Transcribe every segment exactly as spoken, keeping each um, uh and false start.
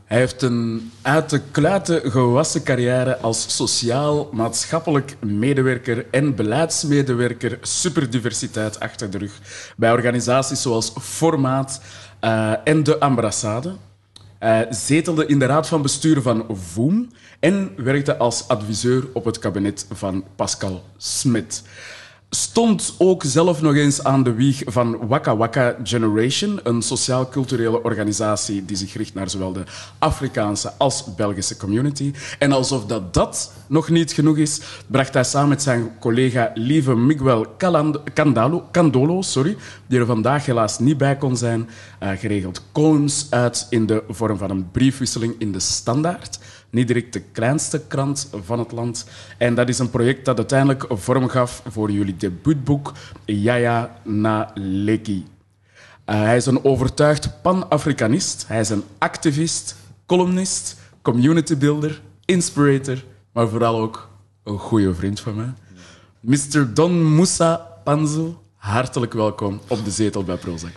Hij heeft een uit de kluiten gewassen carrière als sociaal-maatschappelijk medewerker en beleidsmedewerker superdiversiteit achter de rug bij organisaties zoals Formaat uh, en de Ambassade. Hij zetelde in de raad van bestuur van Voem en werkte als adviseur op het kabinet van Pascal Smit. Stond ook zelf nog eens aan de wieg van Waka Waka Generation, een sociaal-culturele organisatie die zich richt naar zowel de Afrikaanse als Belgische community. En alsof dat, dat nog niet genoeg is, bracht hij samen met zijn collega Lieve Miguel Candalo, Candolo, sorry, die er vandaag helaas niet bij kon zijn, uh, geregeld columns uit in de vorm van een briefwisseling in de Standaard. Niet direct de kleinste krant van het land. En dat is een project dat uiteindelijk vorm gaf voor jullie debuutboek Yaya na Leki. Uh, hij is een overtuigd pan-Afrikanist. Hij is een activist, columnist, communitybuilder, inspirator, maar vooral ook een goede vriend van mij. mister Don Moussa Panzo, hartelijk welkom op de zetel bij Prozac.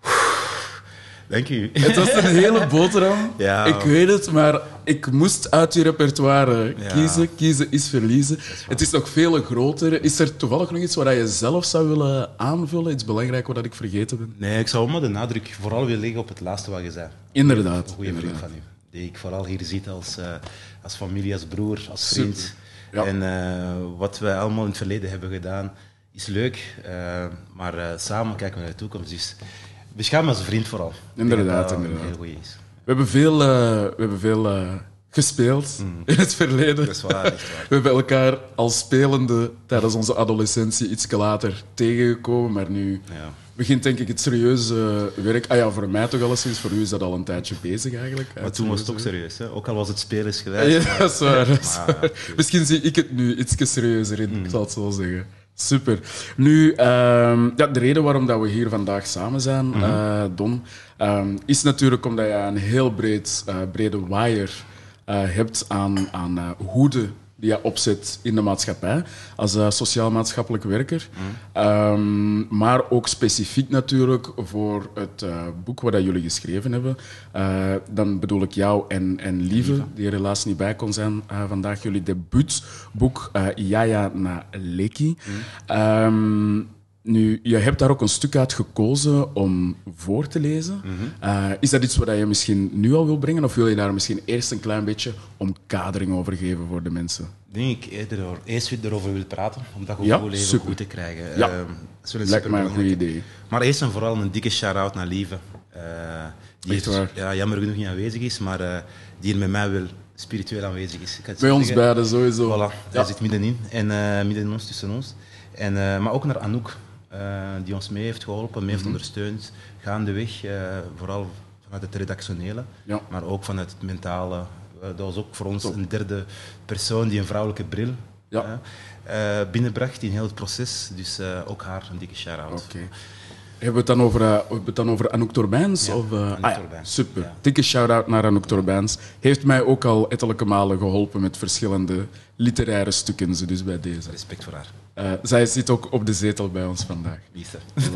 Dank u. Het was een hele boterham. Ja. Ik weet het, maar ik moest uit je repertoire Ja. kiezen. Kiezen is verliezen. Is het is nog veel groter. Is er toevallig nog iets wat je zelf zou willen aanvullen? Iets belangrijks wat ik vergeten ben? Nee, ik zou maar de nadruk vooral willen leggen op het laatste wat je zei. Inderdaad. Een goede vriend van u. Die ik vooral hier ziet als, uh, als familie, als broer, als vriend. Ja. En uh, wat wij allemaal in het verleden hebben gedaan, is leuk. Uh, maar uh, samen kijken we naar de toekomst. Dus beschouw me als een vriend vooral. Inderdaad, dat inderdaad. Een heel goeie is. We hebben veel, uh, we hebben veel uh, gespeeld mm. in het verleden. Dat is waar, dat is waar. We hebben elkaar als spelende tijdens onze adolescentie iets later tegengekomen, maar nu Ja. begint denk ik het serieuze werk. Ah ja, voor mij toch alleszins. Voor u is dat al een tijdje bezig eigenlijk. Maar toen was het ook serieus, hè? Ook al was het spelers geweest. Ja, dat is waar. Dat is Maar, waar. ja, Misschien zie ik het nu iets serieuzer in, mm. ik zal het zo zeggen. Super. Nu, um, ja, de reden waarom dat we hier vandaag samen zijn, mm-hmm. uh, Don, um, is natuurlijk omdat je een heel breed, uh, brede waaier uh, hebt aan, aan uh, hoede die je opzet in de maatschappij als uh, sociaal-maatschappelijk werker. Mm. Um, maar ook specifiek natuurlijk voor het uh, boek wat dat jullie geschreven hebben. Uh, dan bedoel ik jou en, en Lieve, Lieve, die er helaas niet bij kon zijn uh, vandaag. Jullie debuutboek uh, Yaya na Leki. Mm. Um, Nu, je hebt daar ook een stuk uit gekozen om voor te lezen. Mm-hmm. Uh, is dat iets wat je misschien nu al wil brengen? Of wil je daar misschien eerst een klein beetje omkadering over geven voor de mensen? Ik denk ik eerder eerst erover wil praten, om dat ja, gevoel even super. goed te krijgen. Ja, uh, dat lijkt mij een goed idee. Maar eerst en vooral een dikke shout-out naar Lieve. Uh, die Echt waar? Ja, jammer genoeg niet aanwezig is, maar uh, die er met mij wel spiritueel aanwezig is. Ik Bij ons zeggen. beiden sowieso. Voilà, ja. Hij zit middenin. En uh, midden in ons, tussen ons. En, uh, maar ook naar Anouk. Uh, die ons mee heeft geholpen, mee heeft mm-hmm. ondersteund, gaandeweg, uh, vooral vanuit het redactionele, ja. maar ook vanuit het mentale. Uh, dat was ook voor ons Top. een derde persoon die een vrouwelijke bril ja. uh, uh, binnenbracht in heel het proces. Dus uh, ook haar een dikke shout-out. Okay. Hebben we het dan over, uh, hebben we het dan over Anouk Torbijns? Ja, of, uh, Anouk ah, Torbijns. Ja, super. Ja. Dikke shout-out naar Anouk Torbijns. Heeft mij ook al ettelijke malen geholpen met verschillende literaire stukken, ze dus bij deze. Respect voor haar. Uh, zij zit ook op de zetel bij ons vandaag. Liefde.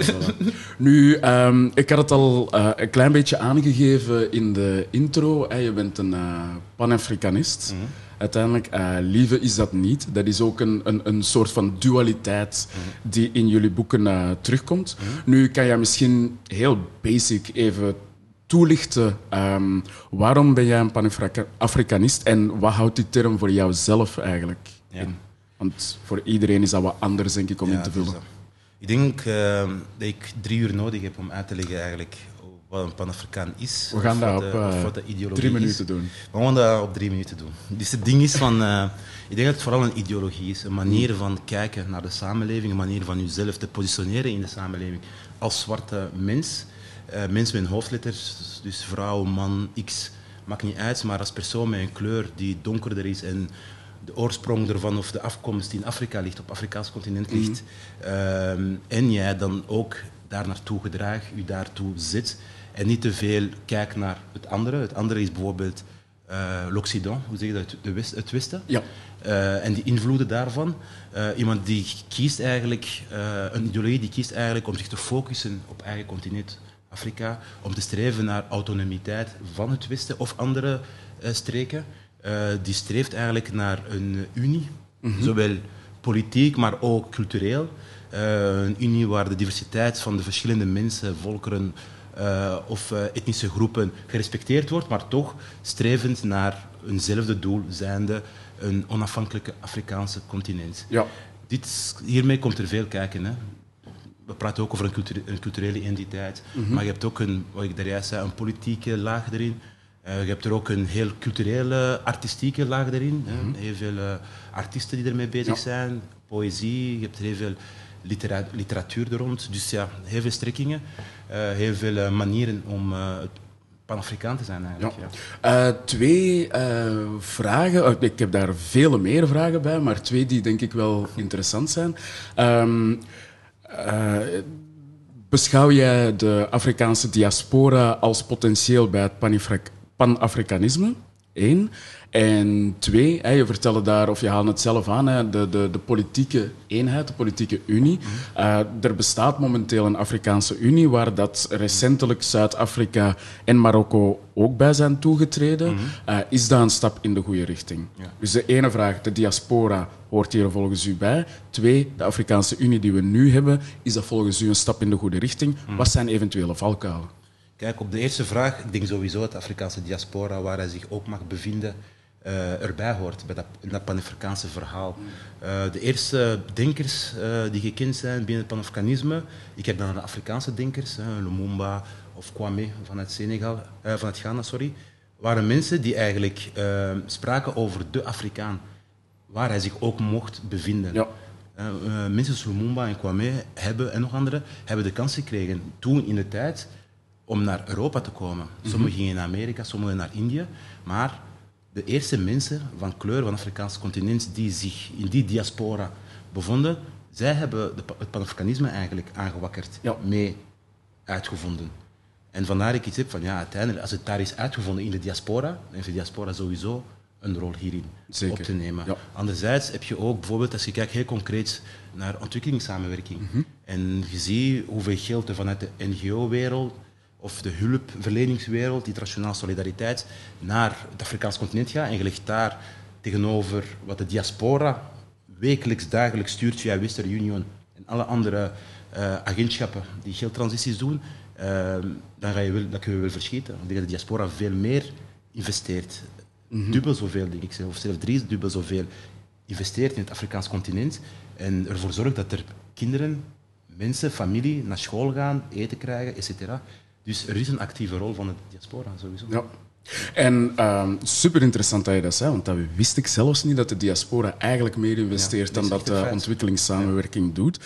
Nu, um, ik had het al uh, een klein beetje aangegeven in de intro. Hey, je bent een uh, Pan-Afrikanist. Mm-hmm. Uiteindelijk, uh, Lieve is dat niet. Dat is ook een, een, een soort van dualiteit mm-hmm. die in jullie boeken uh, terugkomt. Mm-hmm. Nu kan je misschien heel basic even toelichten. Um, waarom ben jij een Pan-Afrikanist en wat houdt die term voor jouzelf eigenlijk ja. in? Want voor iedereen is dat wat anders, denk ik, om ja, in te vullen. Ik denk uh, dat ik drie uur nodig heb om uit te leggen eigenlijk wat een Pan-Afrikaan is. We gaan dat de, op uh, wat de ideologie drie minuten is. doen. We gaan dat op drie minuten doen. Dus het ding is van... Uh, ik denk dat het vooral een ideologie is. Een manier van kijken naar de samenleving. Een manier van jezelf te positioneren in de samenleving. Als zwarte mens. Uh, mens met een hoofdletter. Dus vrouw, man, x. Maakt niet uit. Maar als persoon met een kleur die donkerder is... en de oorsprong ervan of de afkomst die in Afrika ligt, op het Afrikaans continent ligt, mm. um, en jij dan ook daar naartoe gedraagt, je daartoe zit en niet te veel kijkt naar het andere. Het andere is bijvoorbeeld uh, l'Occident, hoe zeg je dat, de west, het Westen. Ja. Uh, en die invloeden daarvan. Uh, iemand die kiest eigenlijk, uh, een ideologie die kiest eigenlijk om zich te focussen op eigen continent, Afrika, om te streven naar autonomiteit van het Westen of andere uh, streken. Uh, die streeft eigenlijk naar een unie, mm-hmm. zowel politiek, maar ook cultureel. Uh, een unie waar de diversiteit van de verschillende mensen, volkeren uh, of uh, etnische groepen gerespecteerd wordt, maar toch strevend naar eenzelfde doel, zijnde een onafhankelijke Afrikaanse continent. Ja. Dit, hiermee komt er veel kijken. Hè. We praten ook over een, culture, een culturele identiteit, mm-hmm. maar je hebt ook een, wat ik daar juist zei, een politieke laag erin. Uh, je hebt er ook een heel culturele, artistieke laag erin. Mm-hmm. Hè. Heel veel uh, artiesten die ermee bezig ja. zijn, poëzie, je hebt heel veel litera- literatuur er rond. Dus ja, heel veel strekkingen, uh, heel veel uh, manieren om uh, Pan-Afrikaan te zijn eigenlijk. Ja. Ja. Uh, twee uh, vragen, uh, ik heb daar vele meer vragen bij, maar twee die denk ik wel interessant zijn. Um, uh, beschouw jij de Afrikaanse diaspora als potentieel bij het Panafri- Pan-Afrikanisme? Eén. En twee, hè, je vertelde daar, of je haalde het zelf aan, hè, de, de, de politieke eenheid, de politieke unie. Uh, er bestaat momenteel een Afrikaanse Unie, waar dat recentelijk Zuid-Afrika en Marokko ook bij zijn toegetreden. Mm-hmm. Uh, is dat een stap in de goede richting? Ja. Dus de ene vraag, de diaspora, hoort hier volgens u bij? Twee, de Afrikaanse Unie die we nu hebben, is dat volgens u een stap in de goede richting? Mm-hmm. Wat zijn eventuele valkuilen? Kijk, op de eerste vraag, ik denk sowieso dat de Afrikaanse diaspora, waar hij zich ook mag bevinden, uh, erbij hoort bij dat, in dat Pan-Afrikaanse verhaal. Uh, de eerste denkers uh, die gekend zijn binnen het Pan-Afrikanisme, ik heb dan de Afrikaanse denkers, uh, Lumumba of Kwame vanuit Senegal, uh, vanuit Ghana, sorry, waren mensen die eigenlijk uh, spraken over de Afrikaan, waar hij zich ook mocht bevinden. Ja. Uh, uh, mensen zoals Lumumba en Kwame hebben, en nog anderen hebben de kans gekregen toen in de tijd om naar Europa te komen. Sommigen gingen naar Amerika, sommigen naar Indië. Maar de eerste mensen van kleur van het Afrikaanse continent die zich in die diaspora bevonden, zij hebben de, het Pan-Afrikanisme eigenlijk aangewakkerd, ja. mee uitgevonden. En vandaar dat ik iets heb van, ja, uiteindelijk, als het daar is uitgevonden in de diaspora, dan heeft de diaspora sowieso een rol hierin Zeker. op te nemen. Ja. Anderzijds heb je ook bijvoorbeeld, als je kijkt heel concreet naar ontwikkelingssamenwerking, mm-hmm. en je ziet hoeveel geld er vanuit de N G O-wereld of de hulpverleningswereld, internationale solidariteit, naar het Afrikaans continent gaat. En je legt daar tegenover wat de diaspora wekelijks, dagelijks stuurt via Western Union en alle andere uh, agentschappen die geldtransities doen, uh, dan ga je wel, dat kun je wel verschieten. Ik denk dat de diaspora veel meer investeert. Mm-hmm. Dubbel zoveel, denk ik, of zelfs drie dubbel zoveel investeert in het Afrikaans continent en ervoor zorgt dat er kinderen, mensen, familie naar school gaan, eten krijgen, et cetera. Dus er is een actieve rol van de diaspora, sowieso. Ja. En uh, super interessant dat je dat zei, want dat wist ik zelfs niet, dat de diaspora eigenlijk meer investeert ja, dan dat de ontwikkelingssamenwerking ja. doet.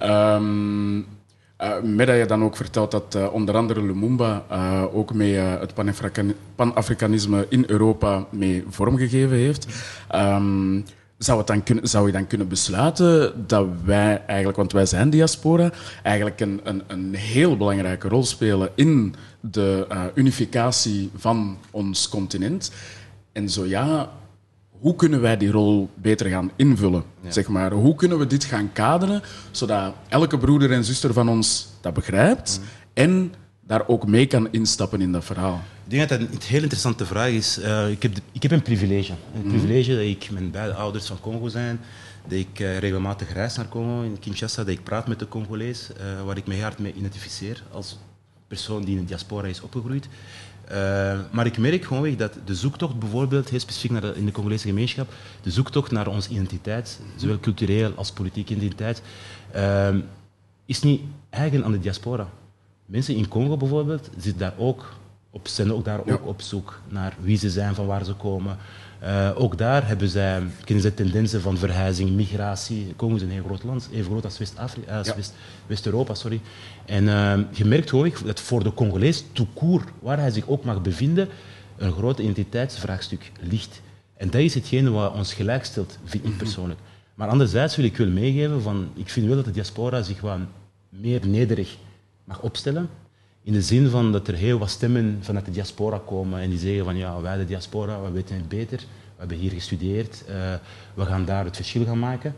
Um, uh, met dat je dan ook vertelt dat uh, onder andere Lumumba uh, ook mee uh, het Pan-Afrikan- Pan-Afrikanisme in Europa mee vormgegeven heeft. Um, Zou, het dan kunnen, zou je dan kunnen besluiten dat wij eigenlijk, want wij zijn diaspora, eigenlijk een, een, een heel belangrijke rol spelen in de uh, unificatie van ons continent? En zo ja, hoe kunnen wij die rol beter gaan invullen? Ja. Zeg maar, hoe kunnen we dit gaan kaderen, zodat elke broeder en zuster van ons dat begrijpt mm. en daar ook mee kan instappen in dat verhaal? Ik denk dat dat een heel interessante vraag is. Uh, ik, heb de, ik heb een privilege. Een mm. privilege dat ik, mijn beide ouders van Congo zijn, dat ik uh, regelmatig reis naar Congo, in Kinshasa, dat ik praat met de Congolees, uh, waar ik me heel hard mee identificeer als persoon die in de diaspora is opgegroeid. Uh, maar ik merk gewoon dat de zoektocht bijvoorbeeld, heel specifiek naar de, in de Congolese gemeenschap, de zoektocht naar onze identiteit, zowel cultureel als politieke identiteit, uh, is niet eigen aan de diaspora. Mensen in Congo bijvoorbeeld zitten daar ook op, zijn ook daar ja. ook op zoek naar wie ze zijn, van waar ze komen. Uh, ook daar hebben zij, kennen zij tendensen van verhuizing, migratie. Congo is een heel groot land, even groot als West-Afrika, als ja. West, West-Europa. Sorry. En uh, je merkt gewoon dat voor de Congolees tout court, waar hij zich ook mag bevinden, een groot identiteitsvraagstuk ligt. En dat is hetgene wat ons gelijk stelt, vind ik persoonlijk. Maar anderzijds wil ik wel meegeven, van, ik vind wel dat de diaspora zich wat meer nederig mag opstellen. In de zin van dat er heel wat stemmen vanuit de diaspora komen en die zeggen van ja, wij de diaspora, we weten het beter, we hebben hier gestudeerd, uh, we gaan daar het verschil gaan maken.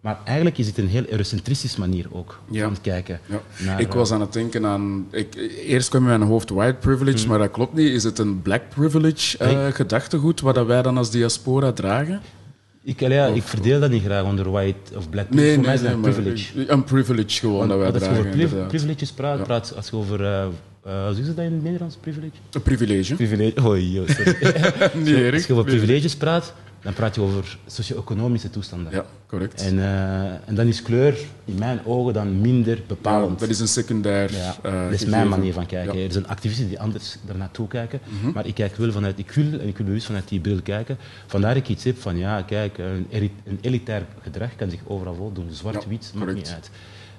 Maar eigenlijk is het een heel eurocentristische manier ook Ja. van het kijken. Ja. Naar, Ik was aan het denken aan... Ik, eerst kwam in mijn hoofd white privilege, Hmm. maar dat klopt niet. Is het een black privilege uh, Nee. gedachtegoed wat dat wij dan als diaspora dragen? Ik, ja, ik verdeel dat niet graag onder white of black privilege. Voor mij is dat een maar privilege. Een privilege gewoon Want dat wij als je dragen. over priv- inderdaad. privileges praat, Ja. praat als je over... Uh, uh, hoe is dat in het Nederlands, privilege? Een privilege. Privilege. Oh, joh, sorry. Niet erg. Als je over privileges praat, dan praat je over socio-economische toestanden. Ja, correct. En, uh, en dan is kleur in mijn ogen dan minder bepalend. Ja, dat is een secundair Ja, uh, dat is gegeven. mijn manier van kijken. Ja. Er zijn activisten die anders daar naartoe kijken, Mhm. maar ik kijk wel vanuit, ik wil en ik wil bewust vanuit die bril kijken. Vandaar dat ik iets heb van, ja, kijk, een, eri- een elitair gedrag kan zich overal voordoen. Zwart, Ja, wit, maakt correct. niet uit.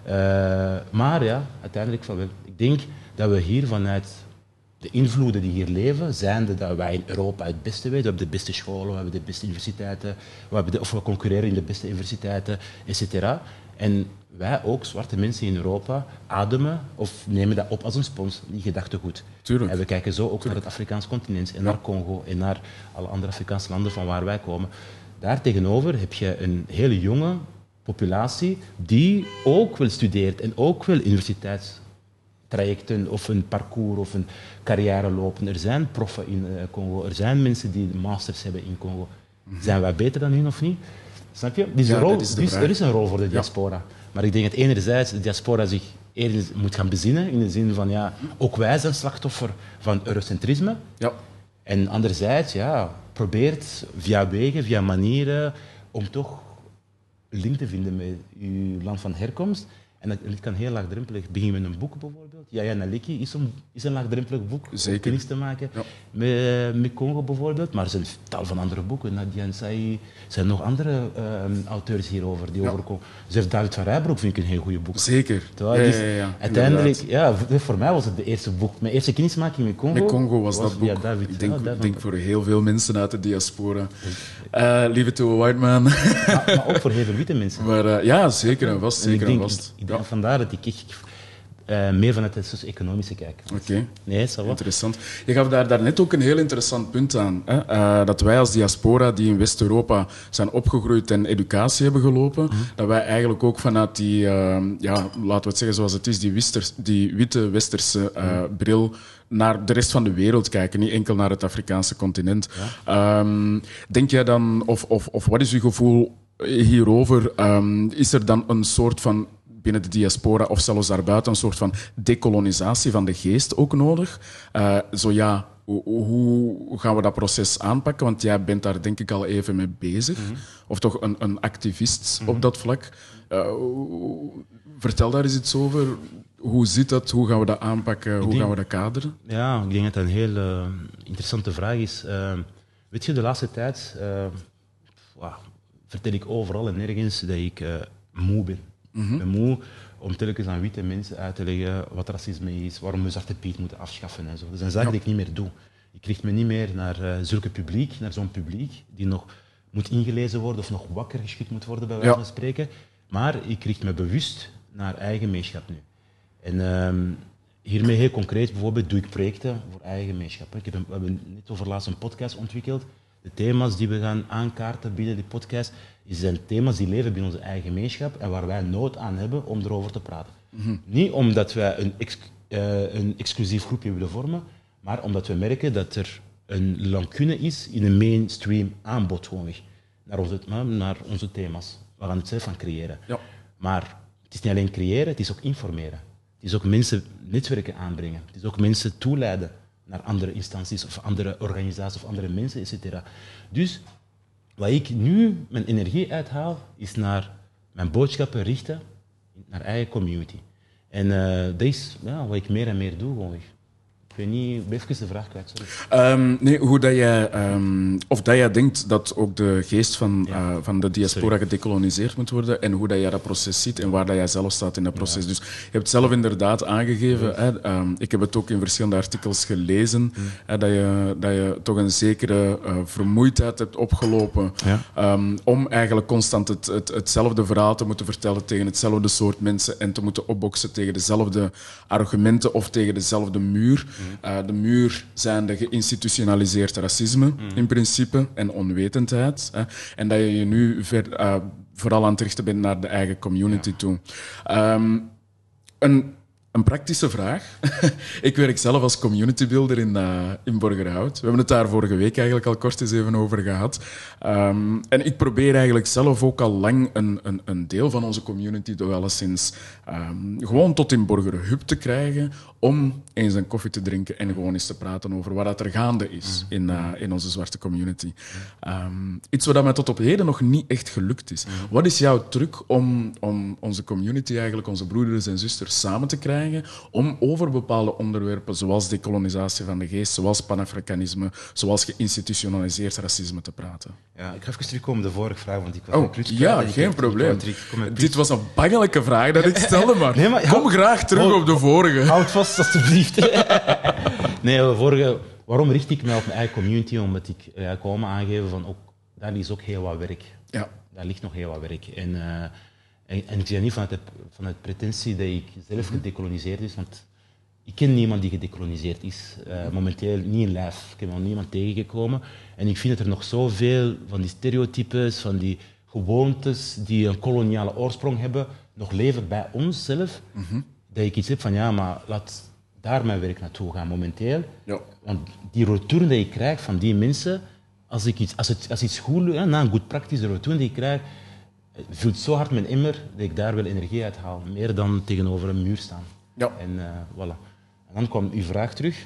Uh, maar ja, uiteindelijk van wel. Ik denk dat we hier vanuit de invloeden die hier leven, zijnde dat wij in Europa het beste weten. We hebben de beste scholen, we hebben de beste universiteiten, we hebben de, of we concurreren in de beste universiteiten, et cetera. En wij ook, zwarte mensen in Europa, ademen of nemen dat op als een spons, die gedachtegoed. Tuurlijk. En we kijken zo ook naar het Afrikaans continent en naar Congo en naar alle andere Afrikaanse landen van waar wij komen. Daartegenover heb je een hele jonge populatie die ook wel studeert en ook wel universiteitstrajecten of een parcours of een carrière lopen. Er zijn proffen in uh, Congo, er zijn mensen die masters hebben in Congo. Mm-hmm. Zijn wij beter dan hun of niet? Snap je? Dus, Ja, een rol, is dus er is een rol voor de diaspora. Ja. Maar ik denk dat enerzijds de diaspora zich eerder moet gaan bezinnen in de zin van, ja, ook wij zijn slachtoffer van eurocentrisme. Ja. En anderzijds, ja, probeert via wegen, via manieren, om toch een link te vinden met uw land van herkomst. En dat, dat kan heel laagdrempelig beginnen met een boek bijvoorbeeld. Yaya Naleki is een, is een laagdrempelig boek om kennis te maken ja. met, met Congo bijvoorbeeld. Maar er zijn tal van andere boeken. Nadia Nsai, er zijn nog andere uh, auteurs hierover die ja. overkomen. Zelfs David van Rijbroek vind ik een heel goede boek. Zeker. Ja, ja, dus ja, ja, uiteindelijk, ja, voor mij was het de eerste boek. Mijn eerste kennismaking met Congo, met Congo was, was dat boek. David, ik denk, ja, ik denk voor heel veel mensen uit de diaspora. Uh, Leave it to a white man. maar, maar ook voor heel veel witte mensen. Maar, uh, ja, zeker en vast. Zeker en ik denk, en vast. Ik, ik denk ja. vandaar dat ik echt uh, meer vanuit het socio-economische kijk. Oké. Okay. Nee, ça va. Interessant. Je gaf daar, daar net ook een heel interessant punt aan. Hè? Uh, dat wij als diaspora die in West-Europa zijn opgegroeid en educatie hebben gelopen, mm-hmm. dat wij eigenlijk ook vanuit die, uh, ja, laten we het zeggen zoals het is, die, wisters, die witte westerse uh, mm-hmm. bril naar de rest van de wereld kijken, niet enkel naar het Afrikaanse continent. Ja. Um, denk jij dan, of, of, of wat is uw gevoel hierover? Um, is er dan een soort van binnen de diaspora of zelfs daarbuiten een soort van dekolonisatie van de geest ook nodig? Uh, zo ja, hoe, hoe gaan we dat proces aanpakken? Want jij bent daar denk ik al even mee bezig. Mm-hmm. Of toch een, een activist mm-hmm. op dat vlak. Uh, vertel daar eens iets over. Hoe zit dat? Hoe gaan we dat aanpakken? Ik hoe denk, gaan we dat kaderen? Ja, ik denk dat dat een heel uh, interessante vraag is. Uh, weet je, de laatste tijd uh, wow, vertel ik overal en nergens dat ik uh, moe ben. Mm-hmm. Ik ben moe om telkens aan witte mensen uit te leggen wat racisme is, waarom we Zwarte Piet moeten afschaffen en zo. Dat zijn zaken ja. die ik niet meer doe. Ik richt me niet meer naar uh, zulke publiek, naar zo'n publiek die nog moet ingelezen worden of nog wakker geschud moet worden, bij wijze van ja. spreken. Maar ik richt me bewust naar eigen gemeenschap nu. En um, hiermee heel concreet, bijvoorbeeld, doe ik projecten voor eigen gemeenschap. Ik heb een, we hebben net over laatst een podcast ontwikkeld. De thema's die we gaan aankaarten binnen die podcast, zijn thema's die leven binnen onze eigen gemeenschap en waar wij nood aan hebben om erover te praten. Mm-hmm. Niet omdat wij een, ex, uh, een exclusief groepje willen vormen, maar omdat we merken dat er een lacune is in een mainstream aanbod gewoonweg naar onze, naar onze thema's. We gaan het zelf van creëren. Ja. Maar het is niet alleen creëren, het is ook informeren. Het is ook mensen netwerken aanbrengen. Het is ook mensen toeleiden naar andere instanties of andere organisaties of andere mensen, et cetera. Dus wat ik nu mijn energie uithaal, is naar mijn boodschappen richten naar eigen community. En uh, dat is ja, wat ik meer en meer doe. Gewoon. Ik weet niet, ik ben even de vraag kwijt, sorry. Um, nee, hoe dat jij, um, of dat jij denkt dat ook de geest van, ja. uh, van de diaspora sorry. gedekoloniseerd moet worden en hoe dat jij dat proces ziet en waar dat jij zelf staat in dat proces. Ja. Dus je hebt zelf inderdaad aangegeven, ja. hè, um, ik heb het ook in verschillende artikels gelezen, ja. hè, dat, je, dat je toch een zekere uh, vermoeidheid hebt opgelopen ja. um, om eigenlijk constant het, het, hetzelfde verhaal te moeten vertellen tegen hetzelfde soort mensen en te moeten opboksen tegen dezelfde argumenten of tegen dezelfde muur. Uh, de muur zijn de geïnstitutionaliseerd racisme, mm. in principe, en onwetendheid. Hè. En dat je je nu ver, uh, vooral aan het richten bent naar de eigen community ja. toe. Um, een, een praktische vraag. Ik werk zelf als community builder in, uh, in Borgerhout. We hebben het daar vorige week eigenlijk al kort eens even over gehad. Um, en ik probeer eigenlijk zelf ook al lang een, een, een deel van onze community toch alleszins um, gewoon tot in Borgerhub te krijgen om eens een koffie te drinken en gewoon eens te praten over wat er gaande is in, uh, in onze zwarte community. Um, iets wat mij tot op heden nog niet echt gelukt is. Wat is jouw truc om, om onze community, eigenlijk onze broeders en zusters, samen te krijgen om over bepaalde onderwerpen, zoals dekolonisatie van de geest, zoals panafricanisme, zoals geïnstitutionaliseerd racisme te praten? Ja, ik ga even terugkomen op de vorige vraag, want ik was oh, ja, geen terug, probleem. Dit was een bangelijke vraag dat ik stelde, maar, nee, maar kom hou, graag terug hou, op de vorige. Houd vast, alstublieft. Nee, de vorige... Waarom richt ik mij op mijn eigen community? Omdat ik ja, ik wou me aangeven van ook, daar is ook heel wat werk. Ja. Daar ligt nog heel wat werk. En, uh, en, en ik zeg niet vanuit de, vanuit pretentie dat ik zelf gedekoloniseerd is, want ik ken niemand die gedekoloniseerd is. Uh, momenteel niet in lijf. Ik heb nog niemand tegengekomen. En ik vind dat er nog zoveel van die stereotypes, van die gewoontes die een koloniale oorsprong hebben, nog leven bij onszelf. Mm-hmm. Dat ik iets heb van, ja, maar laat daar mijn werk naartoe gaan momenteel. Ja. Want die retour die ik krijg van die mensen, als, ik iets, als, het, als iets goed lukt, na een goed praktische retour die ik krijg, vult zo hard mijn immer dat ik daar wel energie uit haal. Meer dan tegenover een muur staan. Ja. En uh, voilà. En dan kwam uw vraag terug.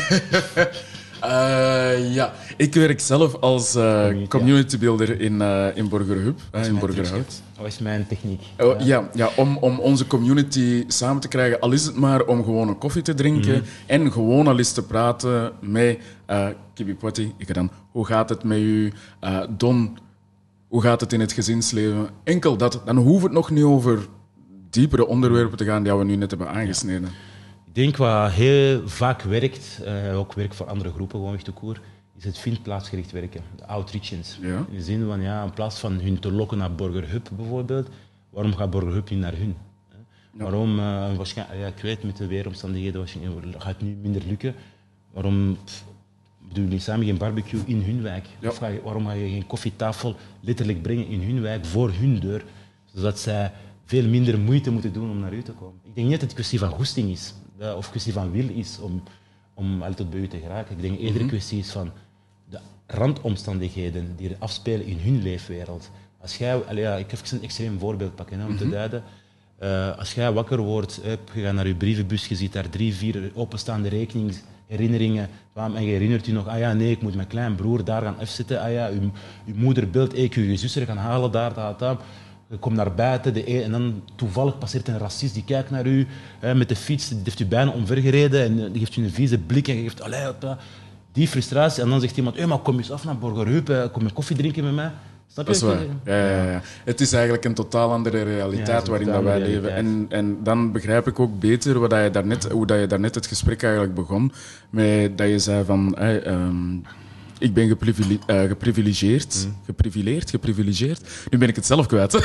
Uh, ja, ik werk zelf als uh, community builder in, uh, in Borgerhub, uh, in Borgerhout. Dat is mijn techniek. Oh, ja, ja om, om onze community samen te krijgen, al is het maar om gewoon een koffie te drinken mm-hmm. en gewoon al eens te praten met uh, Kibipwati, ik dan, hoe gaat het met u? Uh, Don, hoe gaat het in het gezinsleven? Enkel dat, dan hoeft het nog niet over diepere onderwerpen te gaan die we nu net hebben aangesneden. Ja. Ik denk wat heel vaak werkt, uh, ook werkt voor andere groepen, gewoon echt de koer, is het vindplaatsgericht werken, de outreachings. Ja. In de zin van, ja, in plaats van hun te lokken naar Borgerhub bijvoorbeeld, waarom gaat Borgerhub niet naar hun? Ja. Waarom, uh, waarschijnlijk, ja, ik weet met de weeromstandigheden waarschijnlijk gaat het nu minder lukken. Waarom pff, doen jullie samen geen barbecue in hun wijk? Ja. Of ga je, waarom ga je geen koffietafel letterlijk brengen in hun wijk, voor hun deur, zodat zij veel minder moeite moeten doen om naar u te komen? Ik denk niet dat het een kwestie van goesting is. Of kwestie van wil is om, om altijd bij u te geraken. Ik denk eerder een kwestie is van de randomstandigheden die er afspelen in hun leefwereld. Als jij, ja, ik ga even een extreem voorbeeld pakken hè, om te duiden. Uh, als jij wakker wordt, je gaat naar je brievenbus, je ziet daar drie, vier openstaande rekeningen, herinneringen, en je herinnert je nog, ah ja, nee, ik moet mijn klein broer daar gaan afzetten, ah ja, je, je moeder belt, hey, ik wil je zuster gaan halen, daar, daar, daar. Je komt naar buiten de, en dan toevallig passeert een racist die kijkt naar u hè, met de fiets, die heeft u bijna omvergereden en die geeft u een vieze blik en je geeft allee, die frustratie. En dan zegt iemand, hey, maar kom eens af naar Borgerhub, kom je koffie drinken met mij. Snap je? Dat is waar. Ja, ja, ja. Het is eigenlijk een totaal andere realiteit ja, waarin dat wij leven. En, en dan begrijp ik ook beter wat je daarnet, hoe dat je daarnet het gesprek eigenlijk begon, met dat je zei van... Hey, um, ik ben geprivile- uh, geprivilegeerd. Mm. Geprivileerd, geprivilegeerd. Nu ben ik het zelf kwijt.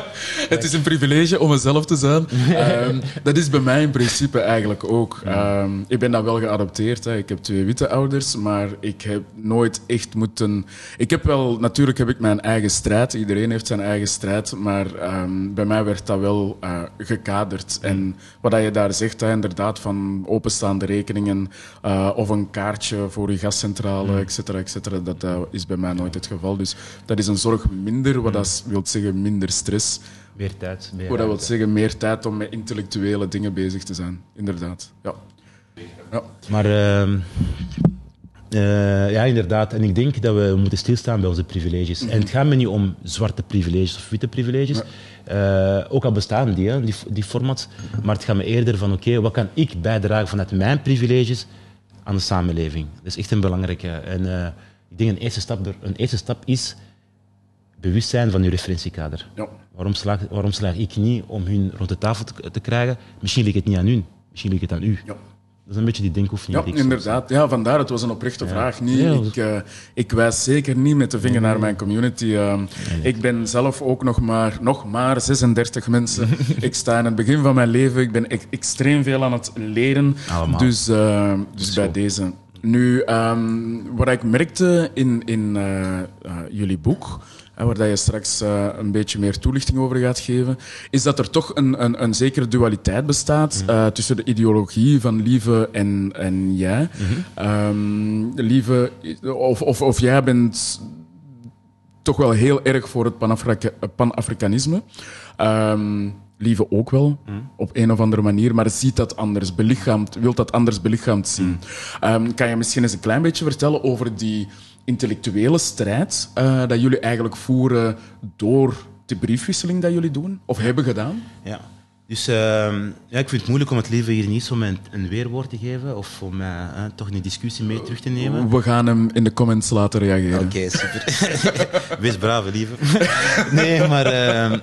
Het is een privilege om mezelf te zijn. Um, dat is bij mij in principe eigenlijk ook. Um, ik ben dan wel geadopteerd. Hè. Ik heb twee witte ouders, maar ik heb nooit echt moeten... Ik heb wel... Natuurlijk heb ik mijn eigen strijd. Iedereen heeft zijn eigen strijd. Maar um, bij mij werd dat wel uh, gekaderd. Mm. En wat je daar zegt, hè, inderdaad, van openstaande rekeningen uh, of een kaartje voor je gascentrale, mm. et cetera, et cetera, dat uh, is bij mij nooit het geval. Dus dat is een zorg minder, wat dat wil zeggen minder stress. Meer tijd. Meer wat dat wil zeggen meer tijd om met intellectuele dingen bezig te zijn. Inderdaad, ja. ja. Maar uh, uh, ja, inderdaad. En ik denk dat we moeten stilstaan bij onze privileges. Mm-hmm. En het gaat me niet om zwarte privileges of witte privileges. Ja. Uh, ook al bestaan die, hè, die, die formats. Maar het gaat me eerder van, oké, okay, wat kan ik bijdragen vanuit mijn privileges aan de samenleving? Dat is echt een belangrijke. En uh, ik denk een eerste stap, er, een eerste stap is bewustzijn van uw referentiekader. Ja. Waarom, slaag, waarom slaag ik niet om hun rond de tafel te, te krijgen? Misschien ligt het niet aan hun, misschien ligt het aan u. Ja. Dat is een beetje die denkoefening. Ja, inderdaad. Ja, vandaar, het was een oprechte ja. vraag. Niet, ja, ik, uh, ik wijs zeker niet met de vinger naar mijn community. Uh, nee. Ik ben zelf ook nog maar, nog maar zesendertig mensen. Ik sta in het begin van mijn leven. Ik ben e- extreem veel aan het leren. Allemaal. Dus, uh, dus bij deze. Nu, um, wat ik merkte in, in uh, uh, jullie boek... waar dat je straks uh, een beetje meer toelichting over gaat geven, is dat er toch een, een, een zekere dualiteit bestaat mm-hmm. uh, tussen de ideologie van Lieve en, en jij. Mm-hmm. Um, Lieve, of, of, of jij bent toch wel heel erg voor het Panafrika- Pan-Afrikanisme. Um, Lieve ook wel, mm. op een of andere manier, maar ziet dat anders, belichaamd, wil dat anders belichaamd zien. Mm. Um, kan je misschien eens een klein beetje vertellen over die intellectuele strijd uh, dat jullie eigenlijk voeren door de briefwisseling dat jullie doen, of hebben gedaan? Ja, dus uh, ja, ik vind het moeilijk om het leven hier niet zo met een weerwoord te geven, of om uh, uh, toch een discussie mee terug te nemen. We gaan hem in de comments laten reageren. Oké, okay, super. Wees braaf, lieve. Nee, maar... Uh,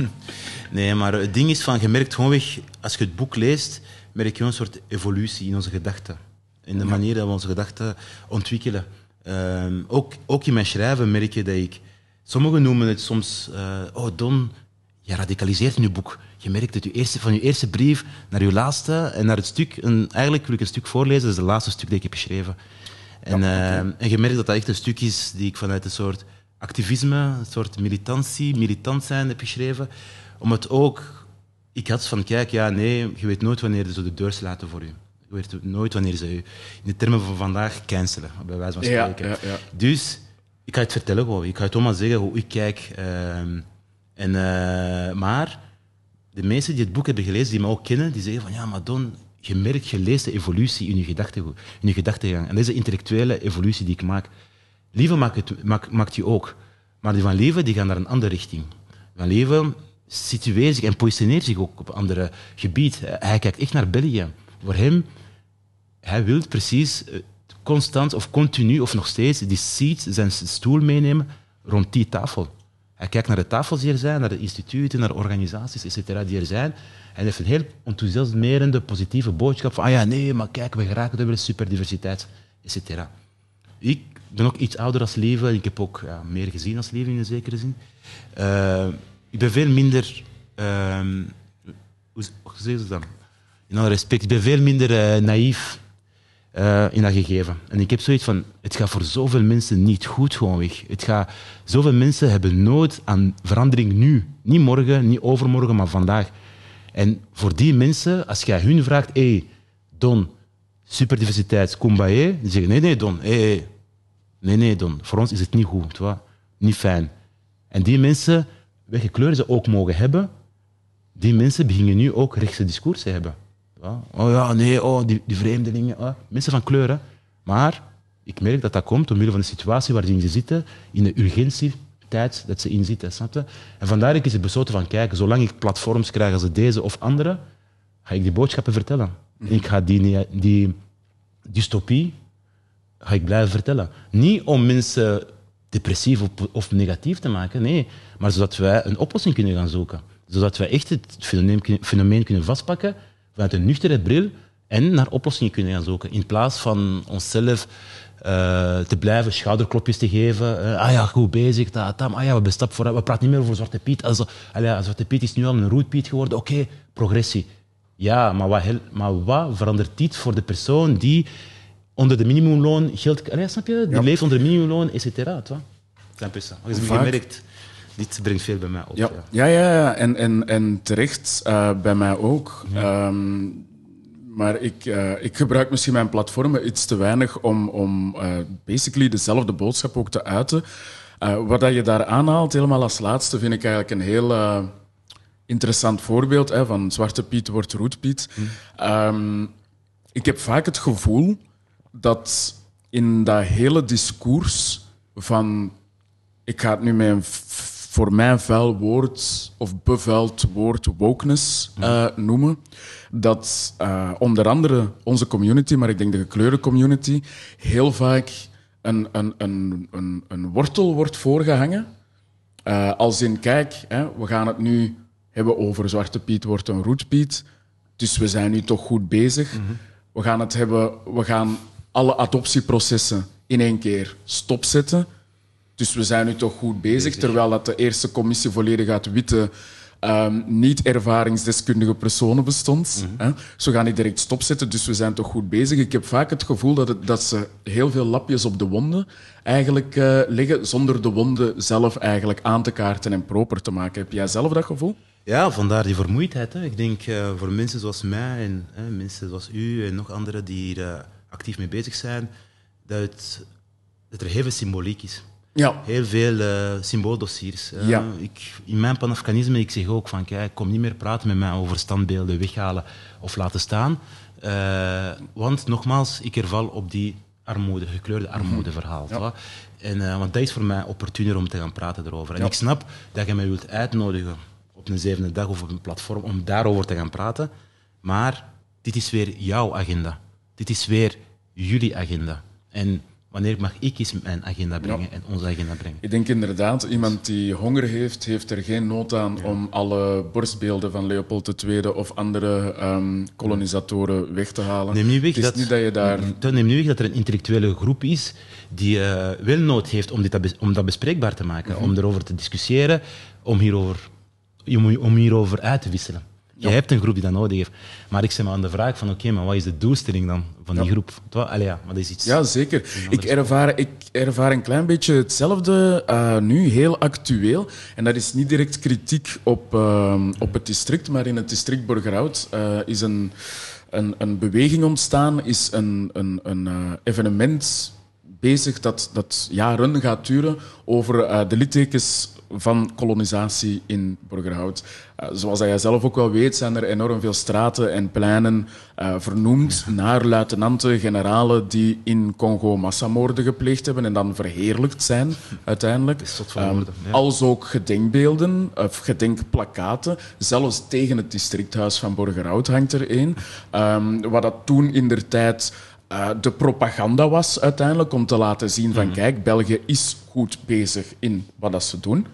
Nee, maar het ding is van, je merkt gewoonweg, als je het boek leest, merk je een soort evolutie in onze gedachten. In de manier dat we onze gedachten ontwikkelen. Um, ook, ook in mijn schrijven merk je dat ik... Sommigen noemen het soms... Uh, oh, Don, je radicaliseert in je boek. Je merkt dat je eerste, van je eerste brief naar je laatste en naar het stuk... En eigenlijk wil ik een stuk voorlezen, dat is het laatste stuk dat ik heb geschreven. En, ja, okay. uh, en je merkt dat dat echt een stuk is die ik vanuit een soort activisme, een soort militantie, militant zijn heb geschreven... Om het ook... Ik had van, kijk, ja, nee, je weet nooit wanneer ze de deur sluiten voor je. Je weet nooit wanneer ze je, in de termen van vandaag, cancelen, bij wijze van spreken. Ja, ja, ja. Dus, ik ga het vertellen gewoon. Ik ga het allemaal zeggen hoe ik kijk. Uh, en, uh, maar, de mensen die het boek hebben gelezen, die me ook kennen, die zeggen van, ja, maar Don, je merkt, je leest de evolutie in je gedachtegang. In je gedachtegang. En deze intellectuele evolutie die ik maak, Lieve maakt, het, maakt, maakt die ook. Maar die van Lieve, die gaan naar een andere richting. Van Lieve... situeert zich en positioneert zich ook op een ander gebied. Hij kijkt echt naar België. Voor hem, hij wil precies constant of continu of nog steeds die seat, zijn stoel meenemen rond die tafel. Hij kijkt naar de tafels die er zijn, naar de instituten, naar de organisaties, et cetera, die er zijn. En hij heeft een heel enthousiasmerende, positieve boodschap van ah ja, nee, maar kijk, we geraken door de superdiversiteit, et cetera. Ik ben ook iets ouder als Lieve. Ik heb ook ja, meer gezien als Lieve in een zekere zin. Uh, Ik ben veel minder... Uh, hoe zeg je dat? In alle respect. Ik ben veel minder uh, naïef uh, in dat gegeven. En ik heb zoiets van... Het gaat voor zoveel mensen niet goed gewoonweg. Het gaat, zoveel mensen hebben nood aan verandering nu. Niet morgen, niet overmorgen, maar vandaag. En voor die mensen, als jij hun vraagt... Hé, hey, Don, superdiversiteit, Kumbaye. Die zeggen, nee, nee, Don. Hey, hey. Nee, nee, Don. Voor ons is het niet goed. Twa? Niet fijn. En die mensen... welke kleuren ze ook mogen hebben, die mensen beginnen nu ook rechtse discours te hebben. Ja. Oh ja, nee, oh, die, die vreemdelingen. Oh. Mensen van kleuren. Maar ik merk dat dat komt omwille van de situatie waarin ze zitten, in de urgentietijd dat ze in zitten. Snap je? En vandaar is het besloten van, kijk, zolang ik platforms krijg als deze of andere, ga ik die boodschappen vertellen. Mm. En ik ga die, die dystopie ga ik blijven vertellen. Niet om mensen depressief of, of negatief te maken, nee. Maar zodat wij een oplossing kunnen gaan zoeken. Zodat wij echt het fenomeen, fenomeen kunnen vastpakken vanuit een nuchtere bril en naar oplossingen kunnen gaan zoeken. In plaats van onszelf uh, te blijven schouderklopjes te geven. Uh, ah ja, goed bezig, dat, dat, ah ja, we hebben stap vooruit. We praten niet meer over Zwarte Piet. Also, ah ja, Zwarte Piet is nu al een roetpiet geworden. Oké, okay, progressie. Ja, maar wat, maar wat verandert dit voor de persoon die onder de minimumloon geld... Allee, snap je? Die ja. leeft onder de minimumloon, et cetera. Dus je gemerkt, dit brengt veel bij mij op. Ja, ja, ja, ja. En, en, en terecht, uh, bij mij ook. Ja. Um, maar ik, uh, ik gebruik misschien mijn platformen iets te weinig om, om uh, basically dezelfde boodschap ook te uiten. Uh, wat dat je daar aanhaalt, helemaal als laatste, vind ik eigenlijk een heel uh, interessant voorbeeld. Hè, van Zwarte Piet wordt Roetpiet. Hm. Um, ik heb vaak het gevoel dat in dat hele discours van... Ik ga het nu met een voor mij vuil woord of bevuild woord wokeness uh, noemen. Dat uh, onder andere onze community, maar ik denk de gekleurde community, heel vaak een, een, een, een, een wortel wordt voorgehangen. Uh, als in, kijk, hè, we gaan het nu hebben over Zwarte Piet wordt een Roetpiet. Dus we zijn nu toch goed bezig. Mm-hmm. We gaan het hebben... We gaan alle adoptieprocessen in één keer stopzetten. Dus we zijn nu toch goed bezig, bezig. Terwijl dat de eerste commissie volledig uit witte um, niet ervaringsdeskundige personen bestond. Mm-hmm. Hè. Zo gaan die direct stopzetten, dus we zijn toch goed bezig. Ik heb vaak het gevoel dat, het, dat ze heel veel lapjes op de wonden eigenlijk uh, leggen, zonder de wonden zelf eigenlijk aan te kaarten en proper te maken. Heb jij zelf dat gevoel? Ja, vandaar die vermoeidheid. Hè. Ik denk uh, voor mensen zoals mij en hè, mensen zoals u en nog anderen die hier uh, actief mee bezig zijn, dat, het, dat er heel veel symboliek is. Ja. Heel veel uh, symbooldossiers. Uh, ja. ik, in mijn panafricanisme, ik zeg ook van, kijk, kom niet meer praten met mij over standbeelden weghalen of laten staan. Uh, want, nogmaals, ik erval op die armoede, gekleurde armoedeverhaal. Ja. En, uh, want dat is voor mij opportuner om te gaan praten erover. En ja. ik snap dat je mij wilt uitnodigen op een zevende dag of op een platform om daarover te gaan praten. Maar dit is weer jouw agenda. Dit is weer jullie agenda. En wanneer mag ik eens mijn agenda brengen ja. en onze agenda brengen? Ik denk inderdaad, iemand die honger heeft, heeft er geen nood aan ja. om alle borstbeelden van Leopold de Tweede of andere um, kolonisatoren weg te halen. Neem nu weg, Het is dat, niet dat, je daar... neem nu weg dat er een intellectuele groep is die uh, wel nood heeft om, dit, om dat bespreekbaar te maken, mm-hmm. om erover te discussiëren, om hierover, om hierover uit te wisselen. Je ja. hebt een groep die dat nodig heeft. Maar ik zeg maar aan de vraag van, oké, okay, maar wat is de doelstelling dan van die ja. groep? Allee, ja, maar dat is iets... Ja, zeker. Ik ervaar, ik ervaar een klein beetje hetzelfde uh, nu, heel actueel. En dat is niet direct kritiek op, uh, op het district, maar in het district Borgerhout uh, is een, een, een beweging ontstaan, is een, een, een uh, evenement bezig dat, dat jaren gaat duren over uh, de littekens van kolonisatie in Borgerhout. Uh, zoals jij zelf ook wel weet, zijn er enorm veel straten en pleinen uh, vernoemd naar luitenanten, generalen die in Congo massamoorden gepleegd hebben en dan verheerlijkt zijn uiteindelijk. Um, ja. Als ook gedenkbeelden of gedenkplakaten. Zelfs tegen het districthuis van Borgerhout hangt er een. Um, wat dat toen indertijd Uh, de propaganda was uiteindelijk om te laten zien van mm-hmm. kijk, België is goed bezig in wat dat ze doen.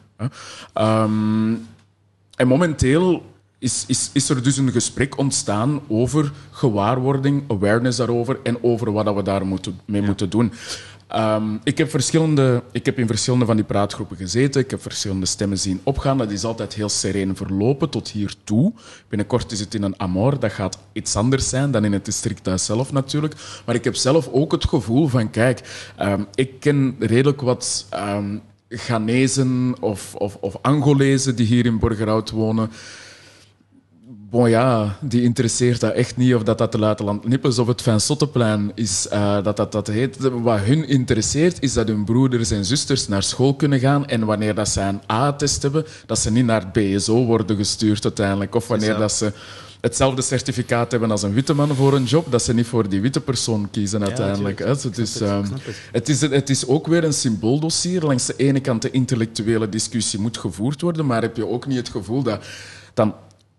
Um, en momenteel is, is, is er dus een gesprek ontstaan over gewaarwording, awareness daarover en over wat dat we daar moeten, mee ja. moeten doen. Um, ik, heb verschillende, ik heb in verschillende van die praatgroepen gezeten. Ik heb verschillende stemmen zien opgaan. Dat is altijd heel sereen verlopen tot hiertoe. Binnenkort is het in een Amor. Dat gaat iets anders zijn dan in het districthuis zelf natuurlijk. Maar ik heb zelf ook het gevoel van... Kijk, um, ik ken redelijk wat um, Ghanezen of, of, of Angolezen die hier in Borgerhout wonen. Bon ja, die interesseert dat echt niet of dat dat de Luitenant Nippes of het Van Sotteplein is. Uh, dat, dat, dat heet. Wat hun interesseert is dat hun broeders en zusters naar school kunnen gaan en wanneer dat ze een A-test hebben, dat ze niet naar het B S O worden gestuurd uiteindelijk. Of wanneer dat ze hetzelfde certificaat hebben als een witte man voor een job, dat ze niet voor die witte persoon kiezen uiteindelijk. Ja, het, is, um, het, is, het is ook weer een symbooldossier. Langs de ene kant de intellectuele discussie moet gevoerd worden, maar heb je ook niet het gevoel dat dan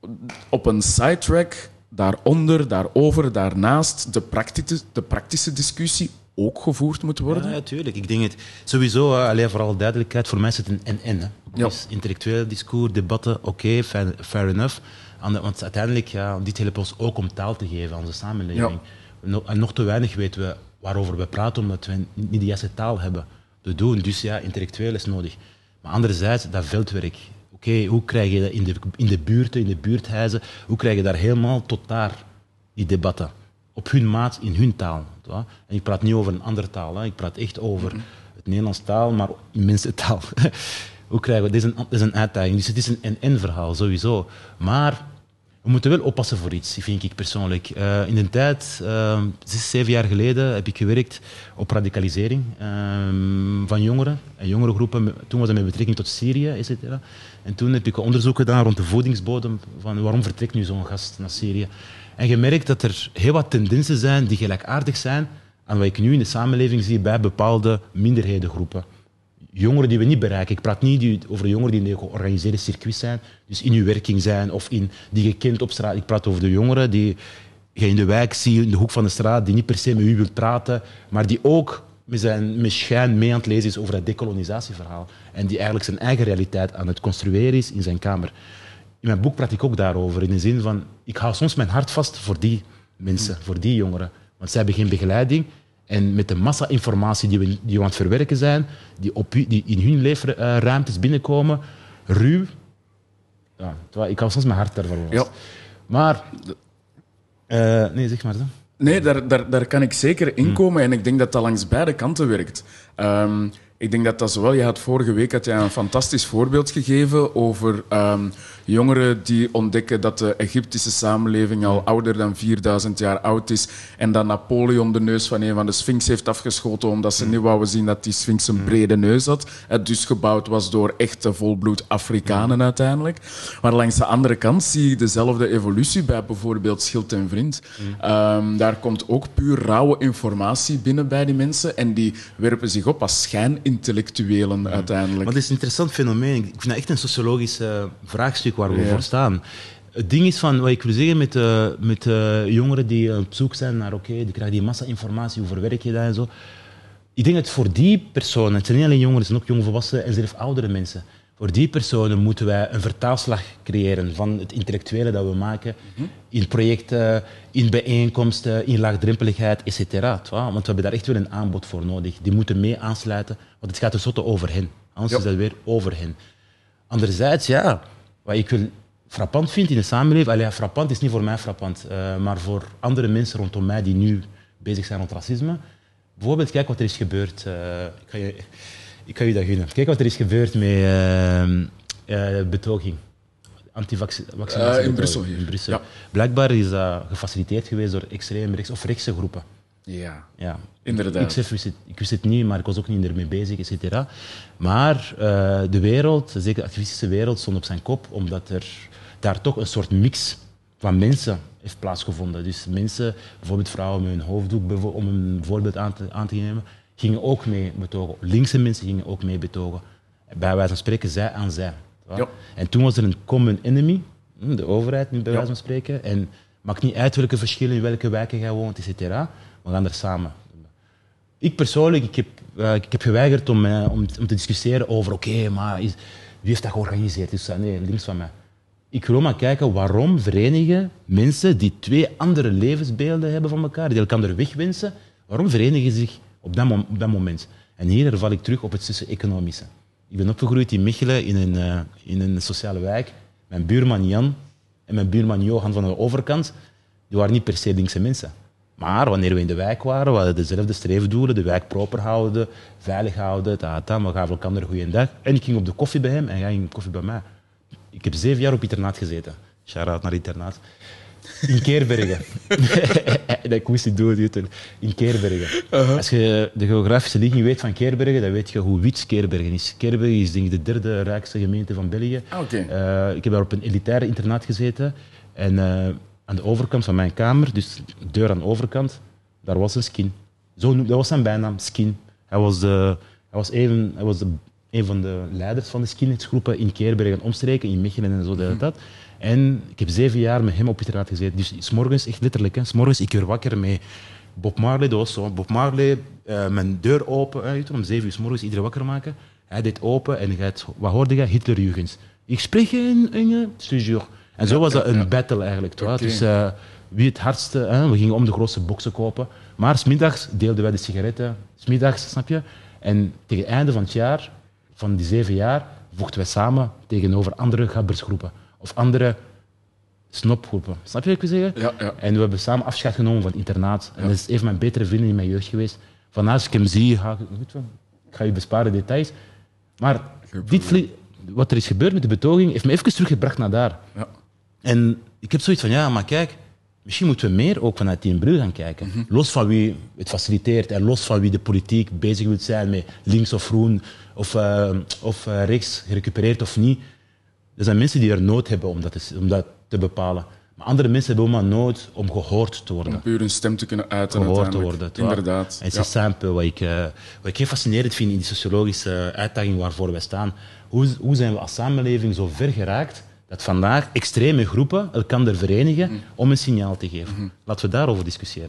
op een sidetrack, daaronder, daarover, daarnaast, de praktische, de praktische discussie ook gevoerd moet worden? Ja, natuurlijk. Ik denk het sowieso, alleen vooral duidelijkheid, voor mij is het een en-en. Ja. Dus intellectueel discours, debatten, oké, okay, fair, fair enough. Want uiteindelijk, ja, dit helpt ons ook om taal te geven aan onze samenleving. Ja. En nog te weinig weten we waarover we praten, omdat we niet de juiste taal hebben te doen. Dus ja, intellectueel is nodig. Maar anderzijds, dat veldwerk. Oké, okay, hoe krijg je dat in de, in de buurten, in de buurthuizen, hoe krijg je daar helemaal tot daar die debatten? Op hun maat, in hun taal. Ja? En ik praat niet over een andere taal, hè. Ik praat echt over het Nederlands taal, maar in mensentaal. Hoe krijgen we... Dit is een, dit is een uitdaging. Dus het is een en-en-verhaal, sowieso. Maar we moeten wel oppassen voor iets, vind ik persoonlijk. Uh, in de tijd, uh, zes, zeven jaar geleden, heb ik gewerkt op radicalisering uh, van jongeren en jongerengroepen. Toen was dat met betrekking tot Syrië, et cetera. En toen heb ik een onderzoek gedaan rond de voedingsbodem, van waarom vertrekt nu zo'n gast naar Syrië. En je merkt dat er heel wat tendensen zijn die gelijkaardig zijn aan wat ik nu in de samenleving zie bij bepaalde minderhedengroepen. Jongeren die we niet bereiken. Ik praat niet over jongeren die in de georganiseerde circuit zijn, dus in uw werking zijn of in, die je kent op straat. Ik praat over de jongeren die je in de wijk ziet, in de hoek van de straat, die niet per se met u wilt praten, maar die ook met zijn met schijn mee aan het lezen is over dat decolonisatieverhaal. En die eigenlijk zijn eigen realiteit aan het construeren is in zijn kamer. In mijn boek praat ik ook daarover, in de zin van, ik hou soms mijn hart vast voor die mensen, voor die jongeren. Want zij hebben geen begeleiding. En met de massa-informatie die we, die we aan het verwerken zijn, die, op, die in hun leefruimtes binnenkomen, ruw, ja, terwijl ik hou soms mijn hart daarvoor vast. Ja. Maar... Uh, nee, zeg maar. Zo. Nee, daar, daar, daar kan ik zeker in komen. En ik denk dat dat langs beide kanten werkt. Um, ik denk dat dat zowel... Je had vorige week had jij een fantastisch voorbeeld gegeven over um, jongeren die ontdekken dat de Egyptische samenleving al ouder dan vierduizend jaar oud is en dat Napoleon de neus van een van de Sphinx heeft afgeschoten omdat ze niet wouden zien dat die Sphinx een brede neus had. Het dus gebouwd was door echte volbloed Afrikanen uiteindelijk. Maar langs de andere kant zie je dezelfde evolutie bij bijvoorbeeld Schild en Vriend. Um, daar komt ook puur rauwe informatie binnen bij die mensen en die werpen zich op als schijnintellectuelen uiteindelijk. Maar dat is een interessant fenomeen. Ik vind dat echt een sociologisch uh, vraagstuk waar we ja. voor staan. Het ding is van, wat ik wil zeggen met, uh, met uh, jongeren die op zoek zijn naar, oké, okay, die krijgen die massa informatie, hoe verwerk je dat en zo. Ik denk dat voor die personen, het zijn niet alleen jongeren, het zijn ook jongvolwassenen en zelfs oudere mensen, voor die personen moeten wij een vertaalslag creëren van het intellectuele dat we maken mm-hmm. in projecten, in bijeenkomsten, in laagdrempeligheid, et cetera. Want we hebben daar echt wel een aanbod voor nodig. Die moeten mee aansluiten, want het gaat tenslotte over hen. Anders ja. is dat weer over hen. Anderzijds, ja, wat ik wil frappant vind in de samenleving, allee, frappant is niet voor mij frappant, uh, maar voor andere mensen rondom mij die nu bezig zijn rond racisme. Bijvoorbeeld, kijk wat er is gebeurd. Uh, ik, ga je, ik ga je dat gunnen. Kijk wat er is gebeurd met uh, uh, betoging. Antivaccinatie. Uh, in Brussel. In Brussel. Ja. Blijkbaar is dat gefaciliteerd geweest door extreemrechts of rechtse groepen. Ja, ja. inderdaad. Ik, ik, wist het, ik wist het niet, maar ik was ook niet ermee bezig, et cetera. Maar uh, de wereld, zeker de activistische wereld, stond op zijn kop, omdat er daar toch een soort mix van mensen heeft plaatsgevonden. Dus mensen, bijvoorbeeld vrouwen met een hoofddoek, om een voorbeeld aan te, aan te nemen, gingen ook mee betogen. Linkse mensen gingen ook mee betogen. Bij wijze van spreken, zij aan zij. Ja. En toen was er een common enemy, de overheid nu bij wijze van spreken. En maakt niet uit welke verschillen, in welke wijken jij woont, et cetera. We gaan er samen. Ik persoonlijk, ik heb, uh, ik heb geweigerd om, uh, om, om te discussiëren over, oké, okay, maar is, wie heeft dat georganiseerd? Dus, uh, nee, links van mij. Ik wil maar kijken waarom verenigen mensen die twee andere levensbeelden hebben van elkaar, die elkaar wegwensen, waarom verenigen ze zich op dat, mom- op dat moment? En hier val ik terug op het socio-economische. Ik ben opgegroeid in Mechelen, in een, uh, in een sociale wijk. Mijn buurman Jan en mijn buurman Johan van de overkant, die waren niet per se linkse mensen. Maar wanneer we in de wijk waren, we hadden dezelfde streefdoelen, de wijk proper houden, veilig houden, ta, ta, we gaven elkaar een goede dag. En ik ging op de koffie bij hem en hij ging op koffie bij mij. Ik heb zeven jaar op internaat gezeten. Shout-out naar internaat. In Keerbergen. Dat moest ik doen, in Keerbergen. Uh-huh. Als je de geografische ligging weet van Keerbergen, dan weet je hoe wit Keerbergen is. Keerbergen is denk ik de derde rijkste gemeente van België. Okay. Uh, ik heb daar op een elitaire internaat gezeten. En uh, aan de overkant van mijn kamer, dus de deur aan de overkant, daar was een skin. Zo, dat was zijn bijnaam, Skin. Hij was, de, hij was, even, hij was de, een van de leiders van de skinheadsgroepen in Keerbergen en omstreken, in Mechelen en zo, dat, dat. En ik heb zeven jaar met hem op internaat gezeten. Dus 's morgens, echt letterlijk, hè, 's morgens, ik werd wakker met Bob Marley, dat was zo. Bob Marley, uh, mijn deur open, hè, om zeven uur 's morgens iedereen wakker maken. Hij deed open en gaat, wat hoorde je? Hitlerjugends. Ik spreek geen Engels, en zo was dat een battle eigenlijk. Okay. Dus uh, wie het hardste, hè, we gingen om de grootste boksen kopen. Maar 's middags deelden wij de sigaretten, 's middags, snap je? En tegen het einde van het jaar, van die zeven jaar, vochten wij samen tegenover andere gabbersgroepen. Of andere snopgroepen. Snap je wat ik wil zeggen? Ja, ja. En we hebben samen afscheid genomen van het internaat. En ja. Dat is een van mijn betere vrienden in mijn jeugd geweest. Vandaar als ik hem zie, ga ik, ik ga je besparen details. Maar dit, wat er is gebeurd met de betoging, heeft me even teruggebracht naar daar. Ja. En ik heb zoiets van, ja, maar kijk, misschien moeten we meer ook vanuit die bril gaan kijken. Mm-hmm. Los van wie het faciliteert en los van wie de politiek bezig wil zijn met links of groen of, uh, of uh, rechts, gerecupereerd of niet. Er zijn mensen die er nood hebben om dat te, om dat te bepalen. Maar andere mensen hebben ook maar nood om gehoord te worden. Om puur hun stem te kunnen uiten. Gehoord te worden. Inderdaad. En het is ja. simpel wat ik, uh, wat ik heel fascinerend vind in die sociologische uitdaging waarvoor wij staan. Hoe, hoe zijn we als samenleving zo ver geraakt dat vandaag extreme groepen elkaar verenigen mm. om een signaal te geven? Mm-hmm. Laten we daarover discussiëren. Ja.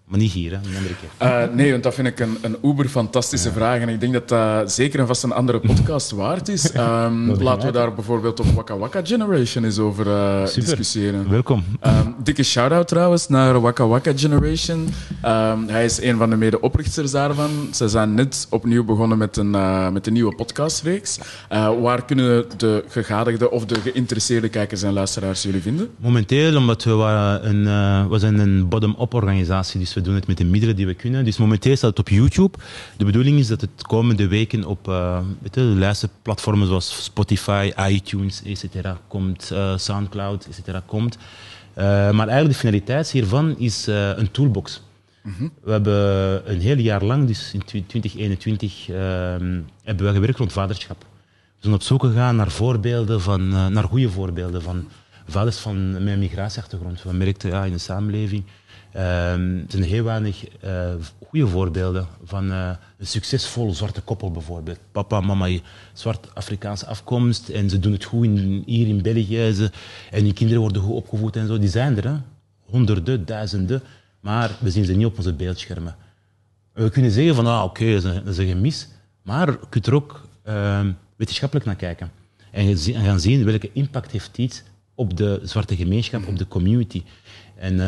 Maar niet hier, hè, een andere keer. Uh, nee, want dat vind ik een, een uber-fantastische ja. vraag. En ik denk dat dat zeker en vast een andere podcast waard is. Um, laten we daar bijvoorbeeld op Waka Waka Generation eens over uh, discussiëren. Welkom. Um, dikke shout-out trouwens naar Waka Waka Generation. Um, hij is een van de medeoprichters daarvan. Ze zijn net opnieuw begonnen met een, uh, met een nieuwe podcastreeks. Uh, waar kunnen de gegadigden of de geïnteresseerde kijkers en luisteraars jullie vinden? Momenteel, omdat we, waren een, uh, we zijn een bottom-up organisatie, dus we doen het met de middelen die we kunnen. Dus momenteel staat het op YouTube. De bedoeling is dat het komende weken op uh, weet je, de luisterplatformen zoals Spotify, iTunes, et cetera komt, uh, Soundcloud, et cetera komt. Uh, maar eigenlijk de finaliteit hiervan is uh, een toolbox. Mm-hmm. We hebben een heel jaar lang, dus in twintig eenentwintig, uh, hebben we gewerkt rond vaderschap. We zijn op zoek gegaan naar voorbeelden van, uh, naar goede voorbeelden van vaders van met een migratieachtergrond. We merkten ja, in de samenleving uh, er zijn heel weinig uh, goede voorbeelden van uh, een succesvol zwarte koppel bijvoorbeeld. Papa en mama, zwart Afrikaanse afkomst en ze doen het goed in, hier in België. Ze, en die kinderen worden goed opgevoed en zo. Die zijn er, hè. Honderden, duizenden. Maar we zien ze niet op onze beeldschermen. We kunnen zeggen van, ah, oké, okay, dat is een gemis. Maar je kunt er ook uh, wetenschappelijk naar kijken. En gaan zien welke impact heeft iets op de zwarte gemeenschap, op de community. En uh,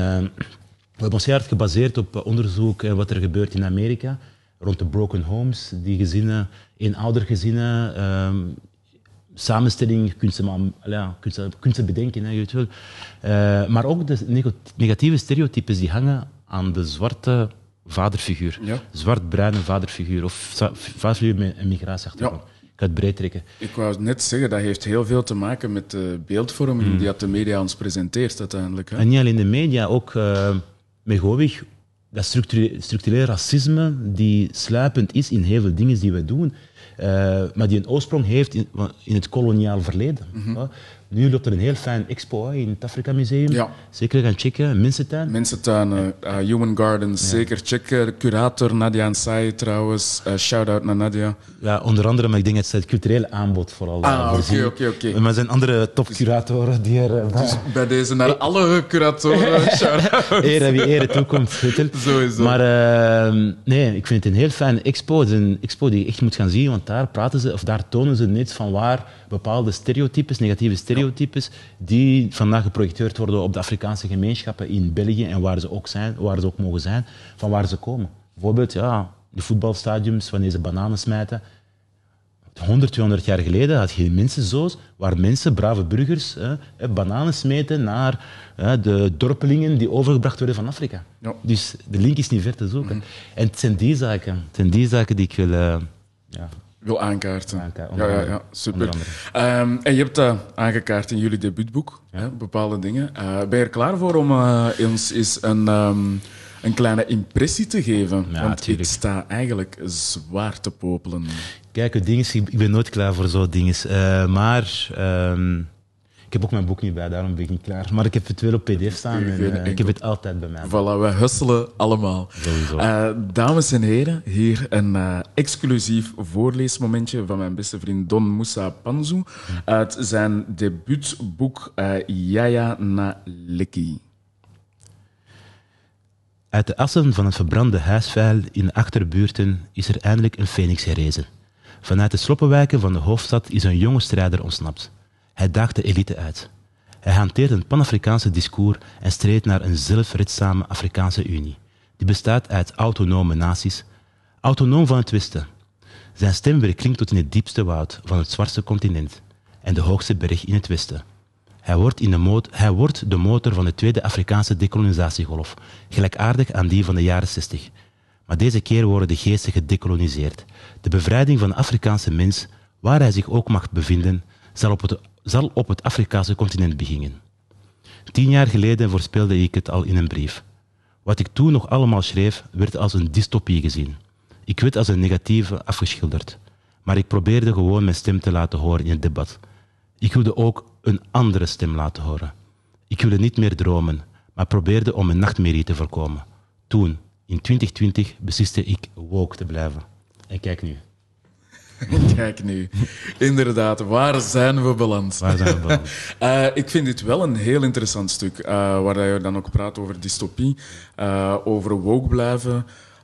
we hebben ons heel hard gebaseerd op onderzoek en wat er gebeurt in Amerika. Rond de broken homes, die gezinnen, eenoudergezinnen. Uh, samenstelling, je kunt ze, maar, ja, kunt ze, kunt ze bedenken. Hè, weet je wel. Uh, maar ook de negatieve stereotypes die hangen aan de zwarte vaderfiguur. Ja. Zwart-bruine vaderfiguur of vaderfiguur met een migratieachtergrond. Ja. Ik ga het breed trekken. Ik wou net zeggen, dat heeft heel veel te maken met de beeldvorming mm. die dat de media ons presenteert uiteindelijk. Hè? En niet alleen de media, ook uh, met Govig, dat structureel, structureel racisme die sluipend is in heel veel dingen die we doen, uh, maar die een oorsprong heeft in, in het koloniaal verleden. Mm-hmm. Ja. Nu loopt er een heel fijn expo hè, in het Afrika Museum. Ja. Zeker gaan checken. Mensentuin. Mensentuin, uh, uh, Human Gardens, ja. Zeker checken. De curator Nadia Nsai trouwens. Uh, shout-out naar Nadia. Ja, onder andere, maar ik denk dat het culturele aanbod vooral Ah, oké, oké, oké. Maar er zijn andere topcuratoren die er... Uh, dus bij deze naar e- alle curatoren, shout-out. Eer wie ere toekomt. Sowieso. Maar uh, nee, ik vind het een heel fijne expo. Het is een expo die je echt moet gaan zien, want daar praten ze, of daar tonen ze net van waar bepaalde stereotypes, negatieve stereotypes, die vandaag geprojecteerd worden op de Afrikaanse gemeenschappen in België en waar ze ook zijn, waar ze ook mogen zijn, van waar ze komen. Bijvoorbeeld, ja, de voetbalstadiums, wanneer ze bananen smijten. honderd, tweehonderd jaar geleden had je mensenzoos waar mensen, brave burgers, eh, bananen smeten naar eh, de dorpelingen die overgebracht werden van Afrika. Ja. Dus de link is niet ver te zoeken. Mm-hmm. En het zijn die zaken, het zijn die zaken die ik wil... Uh, ja, wil aankaarten. aankaarten ja, ja, ja, super. Um, en je hebt dat aangekaart in jullie debuutboek, ja. hè, bepaalde dingen. Uh, ben je er klaar voor om uh, ons eens een, um, een kleine impressie te geven? Ja, Want tuurlijk. ik sta eigenlijk zwaar te popelen. Kijk, het ding is, ik ben nooit klaar voor zo'n dingen. Uh, maar... Um, ik heb ook mijn boek niet bij, daarom ben ik niet klaar. Maar ik heb het wel op P D F staan en uh, ik heb het altijd bij mij. Voilà, we hustelen allemaal. Uh, dames en heren, hier een uh, exclusief voorleesmomentje van mijn beste vriend Don Moussa Panzu uit zijn debuutboek uh, Yaya na Lekki. Uit de assen van het verbrande huisvuil in de achterbuurten is er eindelijk een phoenix herrezen. Vanuit de sloppenwijken van de hoofdstad is een jonge strijder ontsnapt. Hij daagt de elite uit. Hij hanteert een Pan-Afrikaanse discours en streed naar een zelfredzame Afrikaanse Unie. Die bestaat uit autonome naties, autonoom van het Westen. Zijn stem weerklinkt tot in het diepste woud van het zwartste continent en de hoogste berg in het Westen. Hij wordt, in de motor, hij wordt de motor van de tweede Afrikaanse decolonisatiegolf, gelijkaardig aan die van de jaren zestig. Maar deze keer worden de geesten gedekoloniseerd. De bevrijding van de Afrikaanse mens, waar hij zich ook mag bevinden, zal op het, zal op het Afrikaanse continent beginnen. Tien jaar geleden voorspelde ik het al in een brief. Wat ik toen nog allemaal schreef, werd als een dystopie gezien. Ik werd als een negatieve afgeschilderd. Maar ik probeerde gewoon mijn stem te laten horen in het debat. Ik wilde ook een andere stem laten horen. Ik wilde niet meer dromen, maar probeerde om een nachtmerrie te voorkomen. Toen, in twintig twintig, besliste ik woke te blijven. En kijk nu. Kijk nu. Inderdaad, waar zijn we beland? Waar zijn we beland? uh, ik vind dit wel een heel interessant stuk, uh, waar je dan ook praat over dystopie, uh, over woke blijven.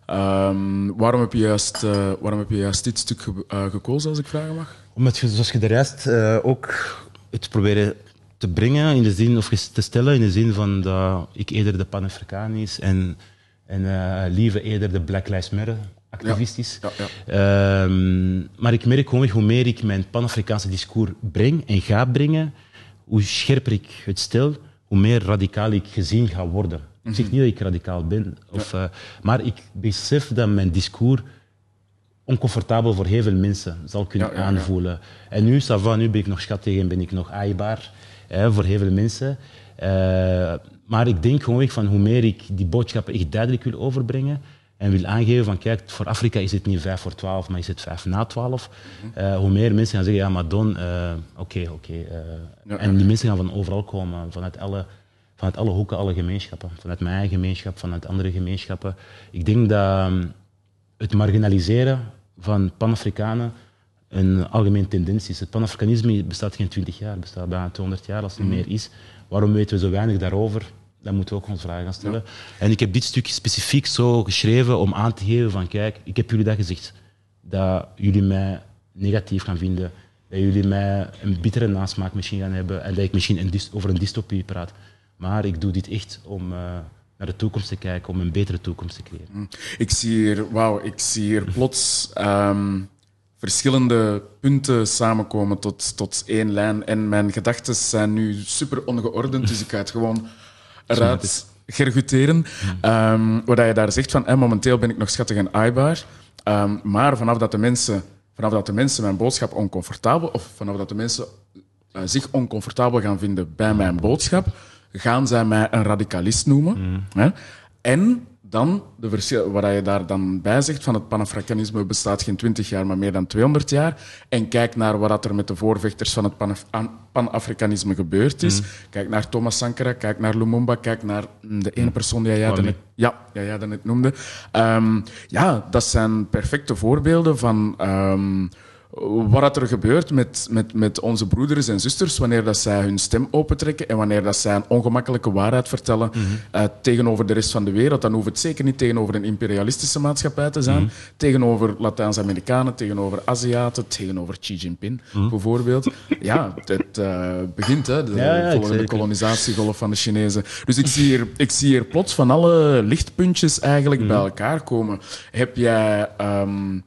Um, waarom, heb je juist, uh, waarom heb je juist dit stuk ge- uh, gekozen, als ik vragen mag? Omdat je, zoals je de rest uh, ook het proberen te brengen, in de zin, of te stellen in de zin van dat ik eerder de Pan-Afrikaanisch en, en uh, Lieve eerder de Black Lives Matter activistisch. Ja, ja, ja. Um, maar ik merk gewoon, hoe meer ik mijn Pan-Afrikaanse discours breng en ga brengen, hoe scherper ik het stel, hoe meer radicaal ik gezien ga worden. Mm-hmm. Ik zeg niet dat ik radicaal ben, of, ja. uh, maar ik besef dat mijn discours oncomfortabel voor heel veel mensen zal kunnen ja, ja, ja. aanvoelen. En nu, ça va, nu ben ik nog schattig en ben ik nog aaibaar hè, voor heel veel mensen. Uh, maar ik denk gewoon van hoe meer ik die boodschappen echt duidelijk wil overbrengen en wil aangeven van kijk, voor Afrika is het niet vijf voor twaalf, maar is het vijf na twaalf. Uh, hoe meer mensen gaan zeggen, ja, maar Don, oké, uh, oké. Okay, okay, uh, ja, en die mensen gaan van overal komen, vanuit alle, vanuit alle hoeken, alle gemeenschappen. Vanuit mijn eigen gemeenschap, vanuit andere gemeenschappen. Ik denk dat um, het marginaliseren van Pan-Afrikanen een algemene tendens is. Het Pan-Afrikanisme bestaat geen twintig jaar, het bestaat bijna tweehonderd jaar als het mm. meer is. Waarom weten we zo weinig daarover? Dat moeten we ook ons vragen gaan stellen. Ja. En ik heb dit stukje specifiek zo geschreven om aan te geven van kijk, ik heb jullie dat gezegd. Dat jullie mij negatief gaan vinden. Dat jullie mij een bittere nasmaak misschien gaan hebben. En dat ik misschien een dys- over een dystopie praat. Maar ik doe dit echt om uh, naar de toekomst te kijken, om een betere toekomst te creëren. Ik zie hier, wauw, ik zie hier plots um, verschillende punten samenkomen tot, tot één lijn. En mijn gedachten zijn nu super ongeordend, dus ik ga het gewoon eruit gerguteren. Um, wat je daar zegt van, eh, momenteel ben ik nog schattig en aaibaar. Um, maar vanaf dat, de mensen, vanaf dat de mensen mijn boodschap oncomfortabel, of vanaf dat de mensen uh, zich oncomfortabel gaan vinden bij mijn boodschap, gaan zij mij een radicalist noemen. Mm. Hè? En dan, de verschil, wat je daar dan bij zegt, van het Pan-Afrikanisme bestaat geen twintig jaar, maar meer dan tweehonderd jaar. En kijk naar wat er met de voorvechters van het Pan- Pan-Afrikanisme gebeurd is. Mm. Kijk naar Thomas Sankara, kijk naar Lumumba, kijk naar de ene persoon die jij net, ja, ja, jij net noemde. Um, ja, dat zijn perfecte voorbeelden van Um, wat er gebeurt met, met, met onze broeders en zusters wanneer dat zij hun stem opentrekken en wanneer dat zij een ongemakkelijke waarheid vertellen mm-hmm. uh, tegenover de rest van de wereld. Dan hoeft het zeker niet tegenover een imperialistische maatschappij te zijn. Mm-hmm. Tegenover Latijns-Amerikanen, tegenover Aziaten, tegenover Xi Jinping mm-hmm. bijvoorbeeld. Ja, het uh, begint, hè, de ja, ja, volgende kolonisatiegolf van de Chinezen. Dus ik zie hier, ik zie hier plots van alle lichtpuntjes eigenlijk mm-hmm. bij elkaar komen. Heb jij Um,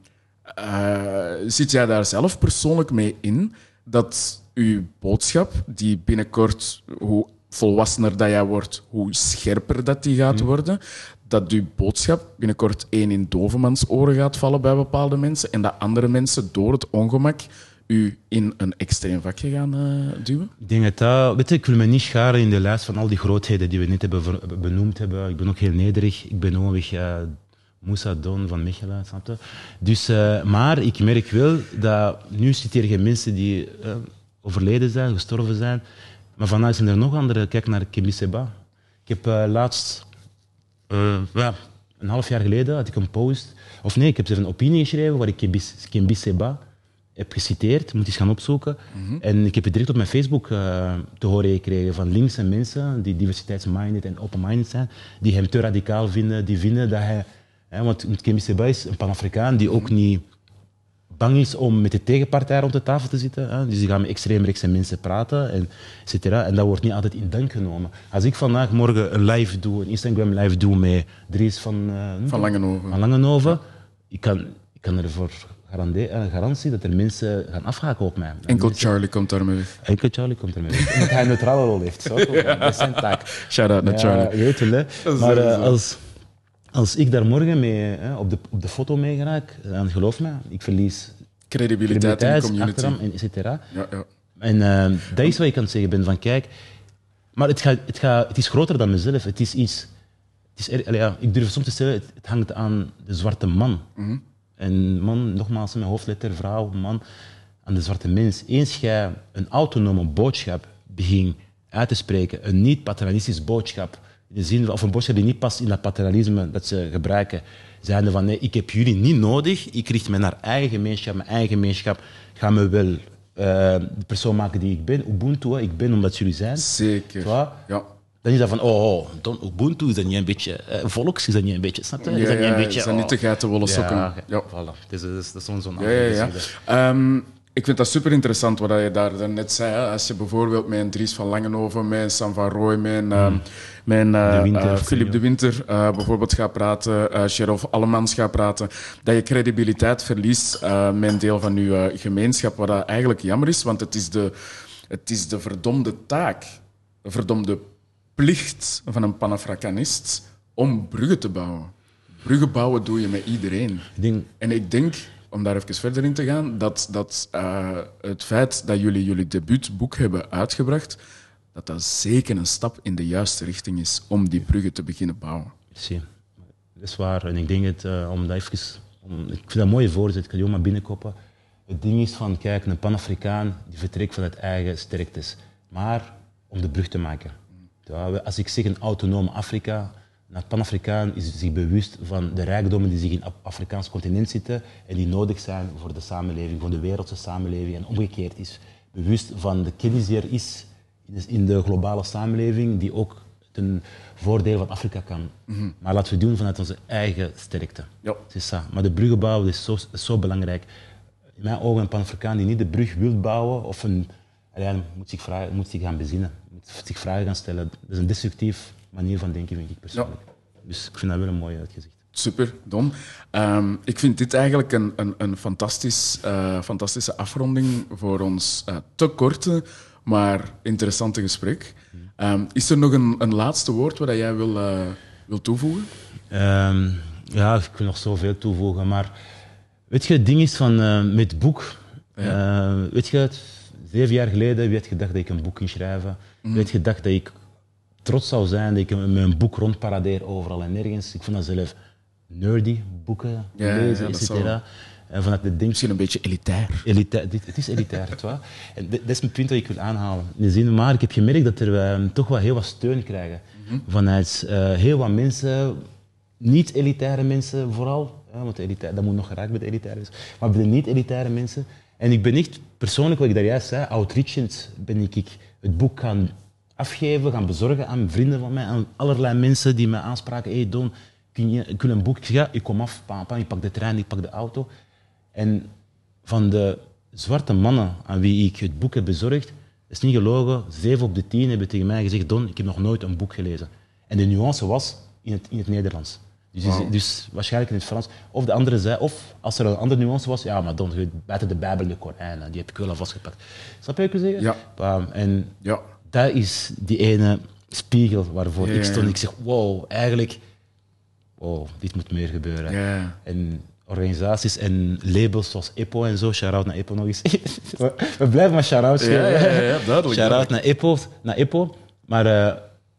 Uh, zit jij daar zelf persoonlijk mee in dat uw boodschap, die binnenkort, hoe volwassener dat jij wordt, hoe scherper dat die gaat mm. worden, dat uw boodschap binnenkort één in dovemans oren gaat vallen bij bepaalde mensen en dat andere mensen door het ongemak u in een extreem vakje gaan uh, duwen? Ik denk dat dat... Weet je, ik wil me niet scharen in de lijst van al die grootheden die we net hebben ver, benoemd hebben. Ik ben ook heel nederig. Ik ben onweg uh, Moussa Don van Mechelen, snap je? Dus, uh, maar ik merk wel dat... Nu citeer je mensen die uh, overleden zijn, gestorven zijn. Maar vandaag zijn er nog andere. Kijk naar Kembi Seba. Ik heb uh, laatst... Uh, ja, een half jaar geleden had ik een post... Of nee, ik heb even een opinie geschreven waar ik Kembi Seba heb geciteerd. Moet eens gaan opzoeken. Mm-hmm. En ik heb het direct op mijn Facebook uh, te horen gekregen van linkse mensen die diversiteitsminded en open-minded zijn, die hem te radicaal vinden, die vinden dat hij... Hè, want Kembi Seba is een Pan-Afrikaan die ook niet bang is om met de tegenpartij rond de tafel te zitten. Hè. Dus die gaan met extreemrechtse mensen praten, en, et cetera. En dat wordt niet altijd in dank genomen. Als ik vandaag morgen een live doe, een Instagram live doe met Dries van, uh, van Langenhoven, van Langenhoven ja. ik, kan, ik kan ervoor een garantie dat er mensen gaan afhaken op mij. Enkel mensen... Charlie komt daarmee weg. Enkel Charlie komt ermee weg. Omdat hij een neutrale rol heeft. Zo. Ja. Dat is zijn taak. Shout-out naar Charlie. Ja, weet wel, hè. Maar uh, als, als ik daar morgen mee, hè, op, de, op de foto mee geraak, dan geloof me, ik verlies credibiliteit in de community. En et cetera. Ja, ja. En uh, dat is wat ik aan het zeggen ben. Van, kijk, maar het, gaat, het, gaat, het is groter dan mezelf. Het is iets... Het is er, ja, ik durf soms te zeggen, het, het hangt aan de zwarte man. Mm-hmm. En man, nogmaals, mijn hoofdletter, vrouw, man, aan de zwarte mens. Eens jij een autonome boodschap begint uit te spreken, een niet-paternalistisch boodschap, in de zin van, of een boodschap die niet past in dat paternalisme dat ze gebruiken, Zijnde van, nee, ik heb jullie niet nodig. Ik richt me naar eigen gemeenschap. Mijn eigen gemeenschap gaat me wel uh, de persoon maken die ik ben. Ubuntu, hè. Ik ben omdat jullie zijn. Zeker. Ja. Dan is dat van, oh, oh Don, Ubuntu, is dat niet een beetje uh, volks? Is dat niet een beetje, snap je? Ja, is dat niet een ja, beetje... is dat niet de geitenwolle sokken? Ja, ja. Voilà. Dus, dus, dat is zo'n ja, ja, ja. Um, ik vind dat super interessant wat je daar net zei. Hè. Als je bijvoorbeeld met een Dries van Langenhoven, met een Sam van Rooij, met een, mm. met een uh, de uh, Philippe de Winter uh, bijvoorbeeld gaat praten, uh, Gerolf Allemans gaat praten, dat je credibiliteit verliest uh, met een deel van je uh, gemeenschap, wat dat eigenlijk jammer is, want het is de, het is de verdomde taak, de verdomde plicht van een Panafricanist om bruggen te bouwen. Bruggen bouwen doe je met iedereen. Ik denk... En ik denk, om daar even verder in te gaan, dat, dat uh, het feit dat jullie jullie debuutboek hebben uitgebracht, dat dat zeker een stap in de juiste richting is om die bruggen te beginnen bouwen. Zie, dat is waar. En ik denk het, uh, om dat even... Om, ik vind dat een mooie voorzet, ik kan die ook maar binnenkoppen. Het ding is van, kijk, een Pan-Afrikaan die vertrekt van het eigen sterktes. Maar om de brug te maken. Ja, als ik zeg een autonome Afrika, een Pan-Afrikaan is zich bewust van de rijkdommen die zich in het Afrikaans continent zitten en die nodig zijn voor de samenleving, voor de wereldse samenleving. En omgekeerd is bewust van de kennis die er is in de globale samenleving, die ook ten voordele van Afrika kan. Mm-hmm. Maar laten we het doen vanuit onze eigen sterkte. Ja. Is dat. Maar de bruggen bouwen is zo, is zo belangrijk. In mijn ogen een Pan-Afrikaan die niet de brug wil bouwen, of een, ja, moet, zich vragen, moet zich gaan bezinnen, moet zich vragen gaan stellen. Dat is een destructief manier van denken, vind ik persoonlijk. Ja. Dus ik vind dat wel een mooi uitgezicht. Super, Don. Um, ik vind dit eigenlijk een, een, een fantastisch, uh, fantastische afronding voor ons uh, te korte, maar interessante gesprek. Um, is er nog een, een laatste woord wat jij wil, uh, wil toevoegen? Um, ja, ik wil nog zoveel toevoegen, maar weet je, het ding is van uh, met het boek. Ja. Uh, weet je, zeven jaar geleden, wie had gedacht dat ik een boek ging schrijven? Mm. Wie had gedacht dat ik trots zou zijn dat ik met een boek rondparadeer overal en nergens. Ik vond dat zelf nerdy, boeken ja, lezen, ja, et cetera. En vanuit de ding... Misschien een beetje elitair. elitair dit, het is elitair, het waar. En dat is mijn punt dat ik wil aanhalen. In zin, maar ik heb gemerkt dat er uh, toch wel heel wat steun krijgen. Mm-hmm. Vanuit uh, heel wat mensen, niet-elitaire mensen vooral, ja, want elitair, dat moet nog geraakt bij de elitaire mensen, maar bij de niet-elitaire mensen. En ik ben echt, persoonlijk, wat ik daar juist zei, outreachend ben ik, ik het boek gaan afgeven, gaan bezorgen aan vrienden van mij, aan allerlei mensen die mij aanspraken. Hey Don, kun je kun een boek? Ik zeg, ja, ik kom af, pam, pam, ik pak de trein, ik pak de auto. En van de zwarte mannen aan wie ik het boek heb bezorgd, is niet gelogen, zeven op de tien hebben tegen mij gezegd, Don, ik heb nog nooit een boek gelezen. En de nuance was in het, in het Nederlands. Dus, wow. dus waarschijnlijk in het Frans. Of de andere zei, of als er een andere nuance was, ja, maar Don, buiten de Bijbel en de Koran, die heb ik wel al vastgepakt. Snap je wat ik wil zeggen? Ja. Bam, en ja. dat is die ene spiegel waarvoor ja, ik stond. ja. Ik zeg, wow, eigenlijk, wow, dit moet meer gebeuren. Ja. En organisaties en labels zoals EPO en zo, shout-out naar EPO nog eens. We blijven maar shout-outs geven. Ja, ja, ja, duidelijk. Shout-out naar EPO, naar EPO. Maar uh,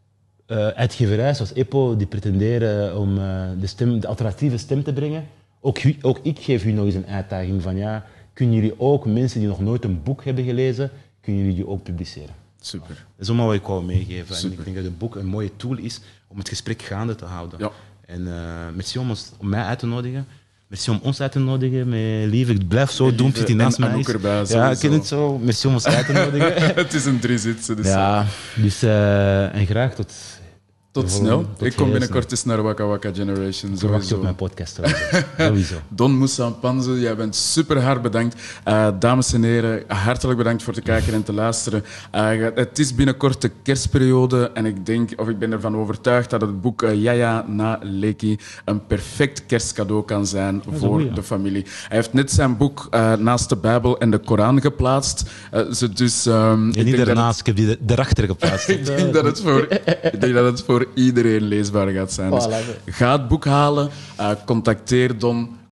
uh, uitgeverij zoals EPO, die pretenderen om uh, de, stem, de alternatieve stem te brengen. Ook, ook ik geef u nog eens een uitdaging van, ja, kunnen jullie ook mensen die nog nooit een boek hebben gelezen, kunnen jullie die ook publiceren? Super. Dat is allemaal wat ik wou meegeven. Super. En ik denk dat het boek een mooie tool is om het gesprek gaande te houden. Ja. En uh, merci om, ons, om mij uit te nodigen. Merci om ons uit te nodigen. Met lieve, ik blijf zo doen, zit hij naast mij. Erbij, ja, ik ken het zo. Merci om ons uit te nodigen. Het is een drie zitsen. Dus ja, dus, uh, en graag tot... Tot snel. Tot ik kom binnenkort eens naar Waka Waka Generation. Verwacht je op mijn podcast. Sowieso. Don Moussa Mpanzu, jij bent super hard bedankt. Uh, dames en heren, hartelijk bedankt voor te kijken en te luisteren. Uh, het is binnenkort de kerstperiode en ik denk, of ik ben ervan overtuigd, dat het boek uh, Yaya na Leki een perfect kerstcadeau kan zijn voor goeie, de familie. Hij heeft net zijn boek uh, naast de Bijbel en de Koran geplaatst. Uh, ze dus, um, ja, niet ernaast, het... ik heb die erachter geplaatst. ik, denk dat het voor, ik denk dat het voor iedereen leesbaar gaat zijn. Dus ga het boek halen, uh, contacteer Don,